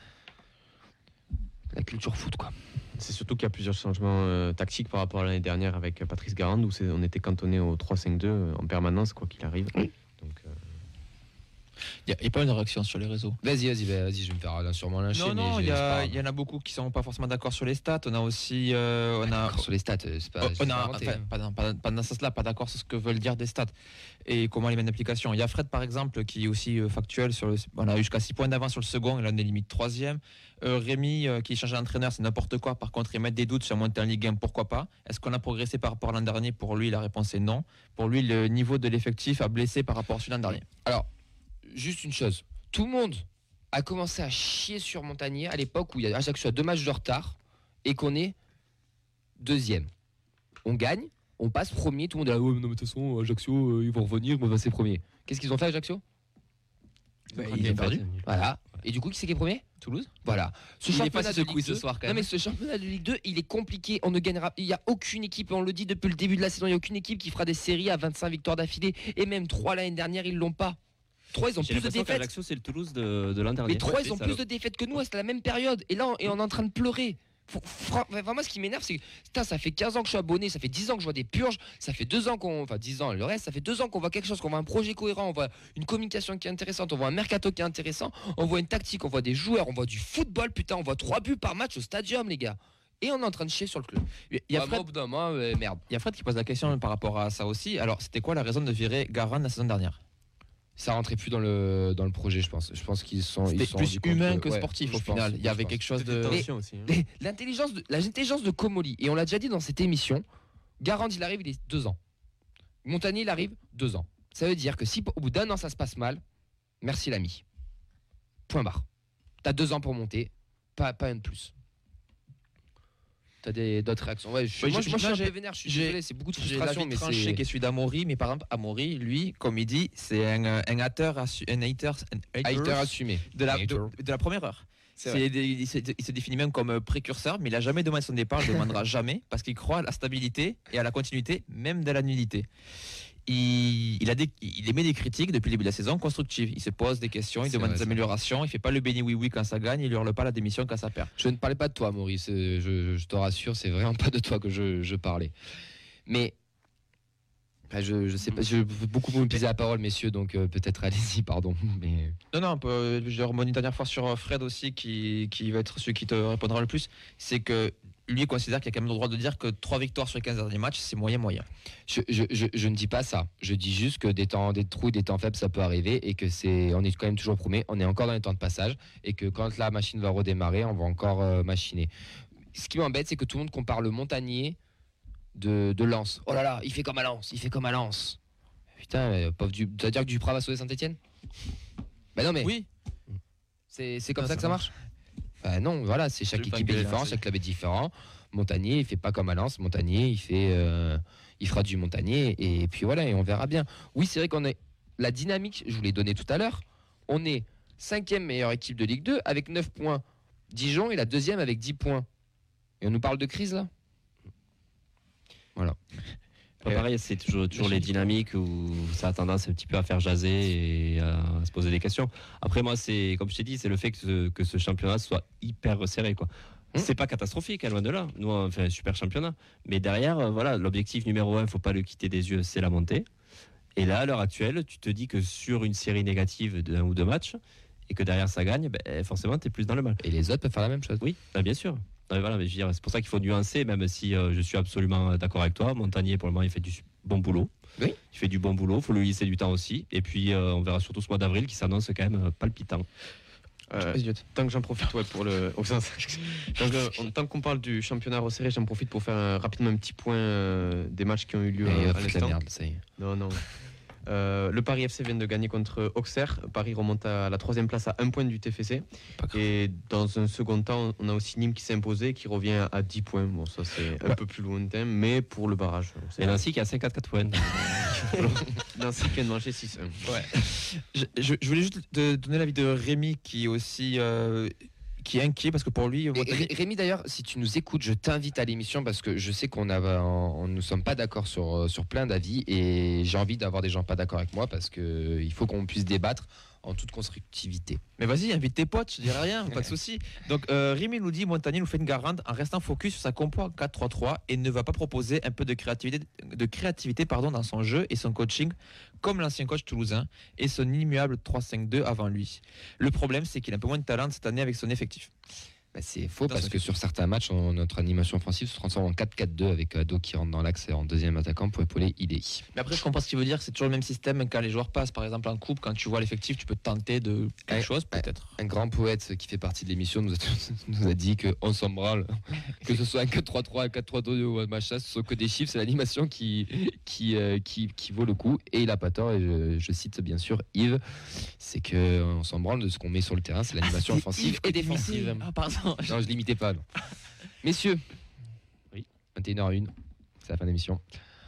la culture foot quoi. C'est surtout qu'il y a plusieurs changements tactiques par rapport à l'année dernière avec Patrice Garande où on était cantonné au 3-5-2 en permanence quoi qu'il arrive. Oui. Donc il n'y a pas une réaction sur les réseaux. Vas-y, je vais me faire sûrement lyncher. Non, il y en a beaucoup qui sont pas forcément d'accord sur les stats. On a aussi, sur les stats, c'est pas. Pas dans ce sens-là, pas d'accord sur ce que veulent dire des stats et comment les mettre en application. Il y a Fred par exemple qui est aussi factuel on a eu jusqu'à 6 points d'avance sur le second et là on est limite 3e. Rémi qui change d'entraîneur, c'est n'importe quoi. Par contre, il met des doutes sur monter en Ligue 1, pourquoi pas? Est-ce qu'on a progressé par rapport à l'an dernier? Pour lui, la réponse est non. Pour lui, le niveau de l'effectif a blessé par rapport à celui de l'an dernier. Alors. Juste une chose, tout le monde a commencé à chier sur Montagnier à l'époque où il y a Ajaccio a 2 matchs de retard et qu'on est 2e. On gagne, on passe premier, tout le monde est là, ouais, mais non, mais de toute façon, Ajaccio, ils vont revenir, on va passer premier. Qu'est-ce qu'ils ont fait Ajaccio? Ils ont perdu. Voilà. Et du coup, qui c'est qui est premier? Toulouse. Voilà. Ce championnat de Ligue 2, ce soir quand même. Non mais ce championnat de Ligue 2, il est compliqué. On ne gagnera. Il n'y a aucune équipe, on le dit depuis le début de la saison, il n'y a aucune équipe qui fera des séries à 25 victoires d'affilée. Et même 3 l'année dernière, ils l'ont pas. 3 ils ont plus de défaites. L'Ajaccio c'est le Toulouse de l'an dernier. Les 3 ils ont plus de défaites que nous, c'est la même période. Et là on est en train de pleurer. Vraiment, ce qui m'énerve, c'est que ça fait 15 ans que je suis abonné, ça fait 10 ans que je vois des purges, ça fait 2 ans enfin 10 ans, le reste, ça fait 2 ans qu'on voit quelque chose, qu'on voit un projet cohérent, on voit une communication qui est intéressante, on voit un mercato qui est intéressant, on voit une tactique, on voit des joueurs, on voit du football, putain, on voit 3 buts par match au stadium, les gars. Et on est en train de chier sur le club. Il y a Fred qui pose la question par rapport à ça aussi. Alors, c'était quoi la raison de virer Garande la saison dernière? Ça rentrait plus dans le projet, je pense. Je pense qu'ils sont. C'était plus humain que sportif au final. Il y avait quelque chose de. Aussi, hein. L'intelligence de Comolli, et on l'a déjà dit dans cette émission, Garande il arrive, il est 2 ans. Montagnier il arrive 2 ans. Ça veut dire que si au bout d'1 an ça se passe mal, merci l'ami. Point barre. T'as 2 ans pour monter, pas un de plus. T'as d'autres réactions? Ouais, moi je suis un peu vénère, je suis désolé, c'est beaucoup de frustration. Mais c'est qui est celui d'Amaury, mais par exemple, Amaury, lui, comme il dit, c'est un hater assumé de la première heure. Il se définit même comme précurseur, mais il n'a jamais demandé son départ, il ne demandera jamais, parce qu'il croit à la stabilité et à la continuité, même de la nullité. Il émet des critiques depuis le début de la saison constructives. Il se pose des questions, il demande des améliorations, il fait pas le béni oui quand ça gagne, il hurle pas la démission quand ça perd. Je ne parlais pas de toi, Maurice, je te rassure, c'est vraiment pas de toi que je parlais. Mais je sais pas, je veux beaucoup vous utiliser la parole, messieurs, donc peut-être allez-y, pardon. Mais... Non, je remonte une dernière fois sur Fred aussi, qui va être celui qui te répondra le plus. C'est que lui considère qu'il y a quand même le droit de dire que 3 victoires sur les 15 derniers matchs, c'est moyen. Je ne dis pas ça. Je dis juste que des trous, des temps faibles, ça peut arriver et que on est quand même toujours premier, on est encore dans les temps de passage et que quand la machine va redémarrer, on va encore machiner. Ce qui m'embête, c'est que tout le monde compare le Montagnier de Lens. Oh là là, il fait comme à Lens. Putain, pauvre ça veut dire que Duprat va sauver Saint-Etienne? Ben non mais. Oui. C'est comme ça que ça marche. Non, voilà, c'est chaque équipe est différente, chaque club est différent. Montagnier, il fait pas comme à Lens. Montagnier, il fera du Montagnier et puis voilà, et on verra bien. Oui, c'est vrai qu'on est la dynamique, je vous l'ai donné tout à l'heure. On est 5e meilleure équipe de Ligue 2 avec 9 points. Dijon est la 2e avec 10 points. Et on nous parle de crise là? Voilà. Pareil, c'est toujours les dynamiques où ça a tendance un petit peu à faire jaser et à se poser des questions. Après, moi, c'est comme je t'ai dit, c'est le fait que ce championnat soit hyper resserré, quoi. C'est pas catastrophique, loin de là. Nous, on fait un super championnat. Mais derrière, voilà, l'objectif numéro 1, il ne faut pas le quitter des yeux, c'est la montée. Et là, à l'heure actuelle, tu te dis que sur une série négative d'un ou deux matchs, et que derrière ça gagne, forcément, tu es plus dans le mal. Et les autres peuvent faire la même chose. Oui, bien sûr. Voilà, mais je veux dire, c'est pour ça qu'il faut nuancer, même si je suis absolument d'accord avec toi. Montagnier, pour le moment, il fait du bon boulot. Oui. Il fait du bon boulot, il faut lui laisser du temps aussi. Et puis, on verra surtout ce mois d'avril qui s'annonce quand même palpitant. Tant que j'en profite pour le tant qu'on parle du championnat resserré, j'en profite pour faire rapidement un petit point des matchs qui ont eu lieu à l'instant. Merde, ça y est. Non. Le Paris FC vient de gagner contre Auxerre. Paris remonte à la 3e place à 1 point du TFC. Et dans un second temps, on a aussi Nîmes qui s'est imposé, qui revient à 10 points. Bon, ça c'est un peu plus lointain, mais pour le barrage. Et Nancy qui a 54 points. Nancy qui vient de manger 6-1. Ouais. Je voulais juste te donner l'avis de Rémi qui est aussi qui est inquiet parce que pour lui Rémi, d'ailleurs, si tu nous écoutes, je t'invite à l'émission parce que je sais qu'on ne sommes pas d'accord sur plein d'avis et j'ai envie d'avoir des gens pas d'accord avec moi parce que il faut qu'on puisse débattre en toute constructivité. Mais vas-y, invite tes potes, je dirais rien, pas de souci. Donc Rémi nous dit Montagnier nous fait une garante en restant focus sur sa compo 4-3-3 et ne va pas proposer un peu de créativité dans son jeu et son coaching comme l'ancien coach toulousain et son immuable 3-5-2 avant lui. Le problème, c'est qu'il a un peu moins de talent cette année avec son effectif. C'est faux parce que sur certains matchs, notre animation offensive se transforme en 4-4-2 avec Ado qui rentre dans l'axe et en deuxième attaquant pour épauler Idé. Mais après, je comprends ce qu'il veut dire, c'est toujours le même système quand les joueurs passent. Par exemple, en coupe, quand tu vois l'effectif, tu peux tenter de quelque chose peut-être. Un grand poète qui fait partie de l'émission nous a dit qu'on s'en branle. Que ce soit un 4-3-3, un 4-3-2 ou un machin, ce sont que des chiffres, c'est l'animation qui vaut le coup. Et il a pas tort, et je cite bien sûr Yves, c'est qu'on s'en branle de ce qu'on met sur le terrain, c'est l'animation offensive et défensive. Ah, pardon. Non, je l'imitais pas. Non. Messieurs, oui. 21h01, c'est la fin de l'émission.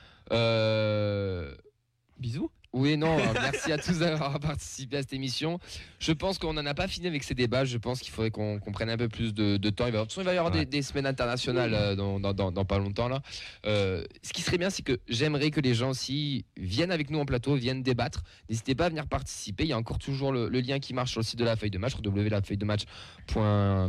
Bisous. Oui, non, merci à tous d'avoir participé à cette émission. Je pense qu'on n'en a pas fini avec ces débats. Je pense qu'il faudrait qu'on prenne un peu plus de temps. Il va y avoir des semaines internationales dans pas longtemps. Là. Ce qui serait bien, c'est que j'aimerais que les gens aussi viennent avec nous en plateau, viennent débattre. N'hésitez pas à venir participer. Il y a encore toujours le lien qui marche sur le site de la feuille de match, www.lafeuilledematch.com.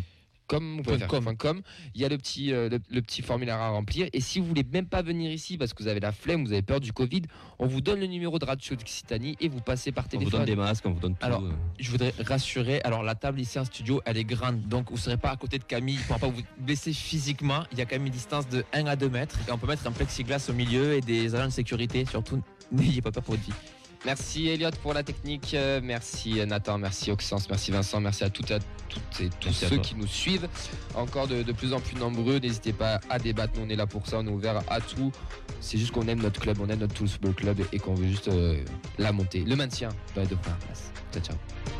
Il y a le petit formulaire à remplir et si vous voulez même pas venir ici parce que vous avez la flemme, vous avez peur du Covid, on vous donne le numéro de Radio Occitanie et vous passez par téléphone. On vous donne des masques, on vous donne tout. Alors, je voudrais rassurer, alors la table ici en studio, elle est grande, donc vous ne serez pas à côté de Camille, il ne pourra pas vous blesser physiquement, il y a quand même une distance de 1 à 2 mètres et on peut mettre un plexiglas au milieu et des agents de sécurité, surtout n'ayez pas peur pour votre vie. Merci Elliot pour la technique, merci Nathan, merci Oxens, merci Vincent, merci à toutes et tous ceux qui nous suivent. Encore de plus en plus nombreux, n'hésitez pas à débattre, nous on est là pour ça, on est ouvert à tout. C'est juste qu'on aime notre club, on aime notre Toulouse Football Club et qu'on veut juste la montée, le maintien dans les 2 premières places. Ciao.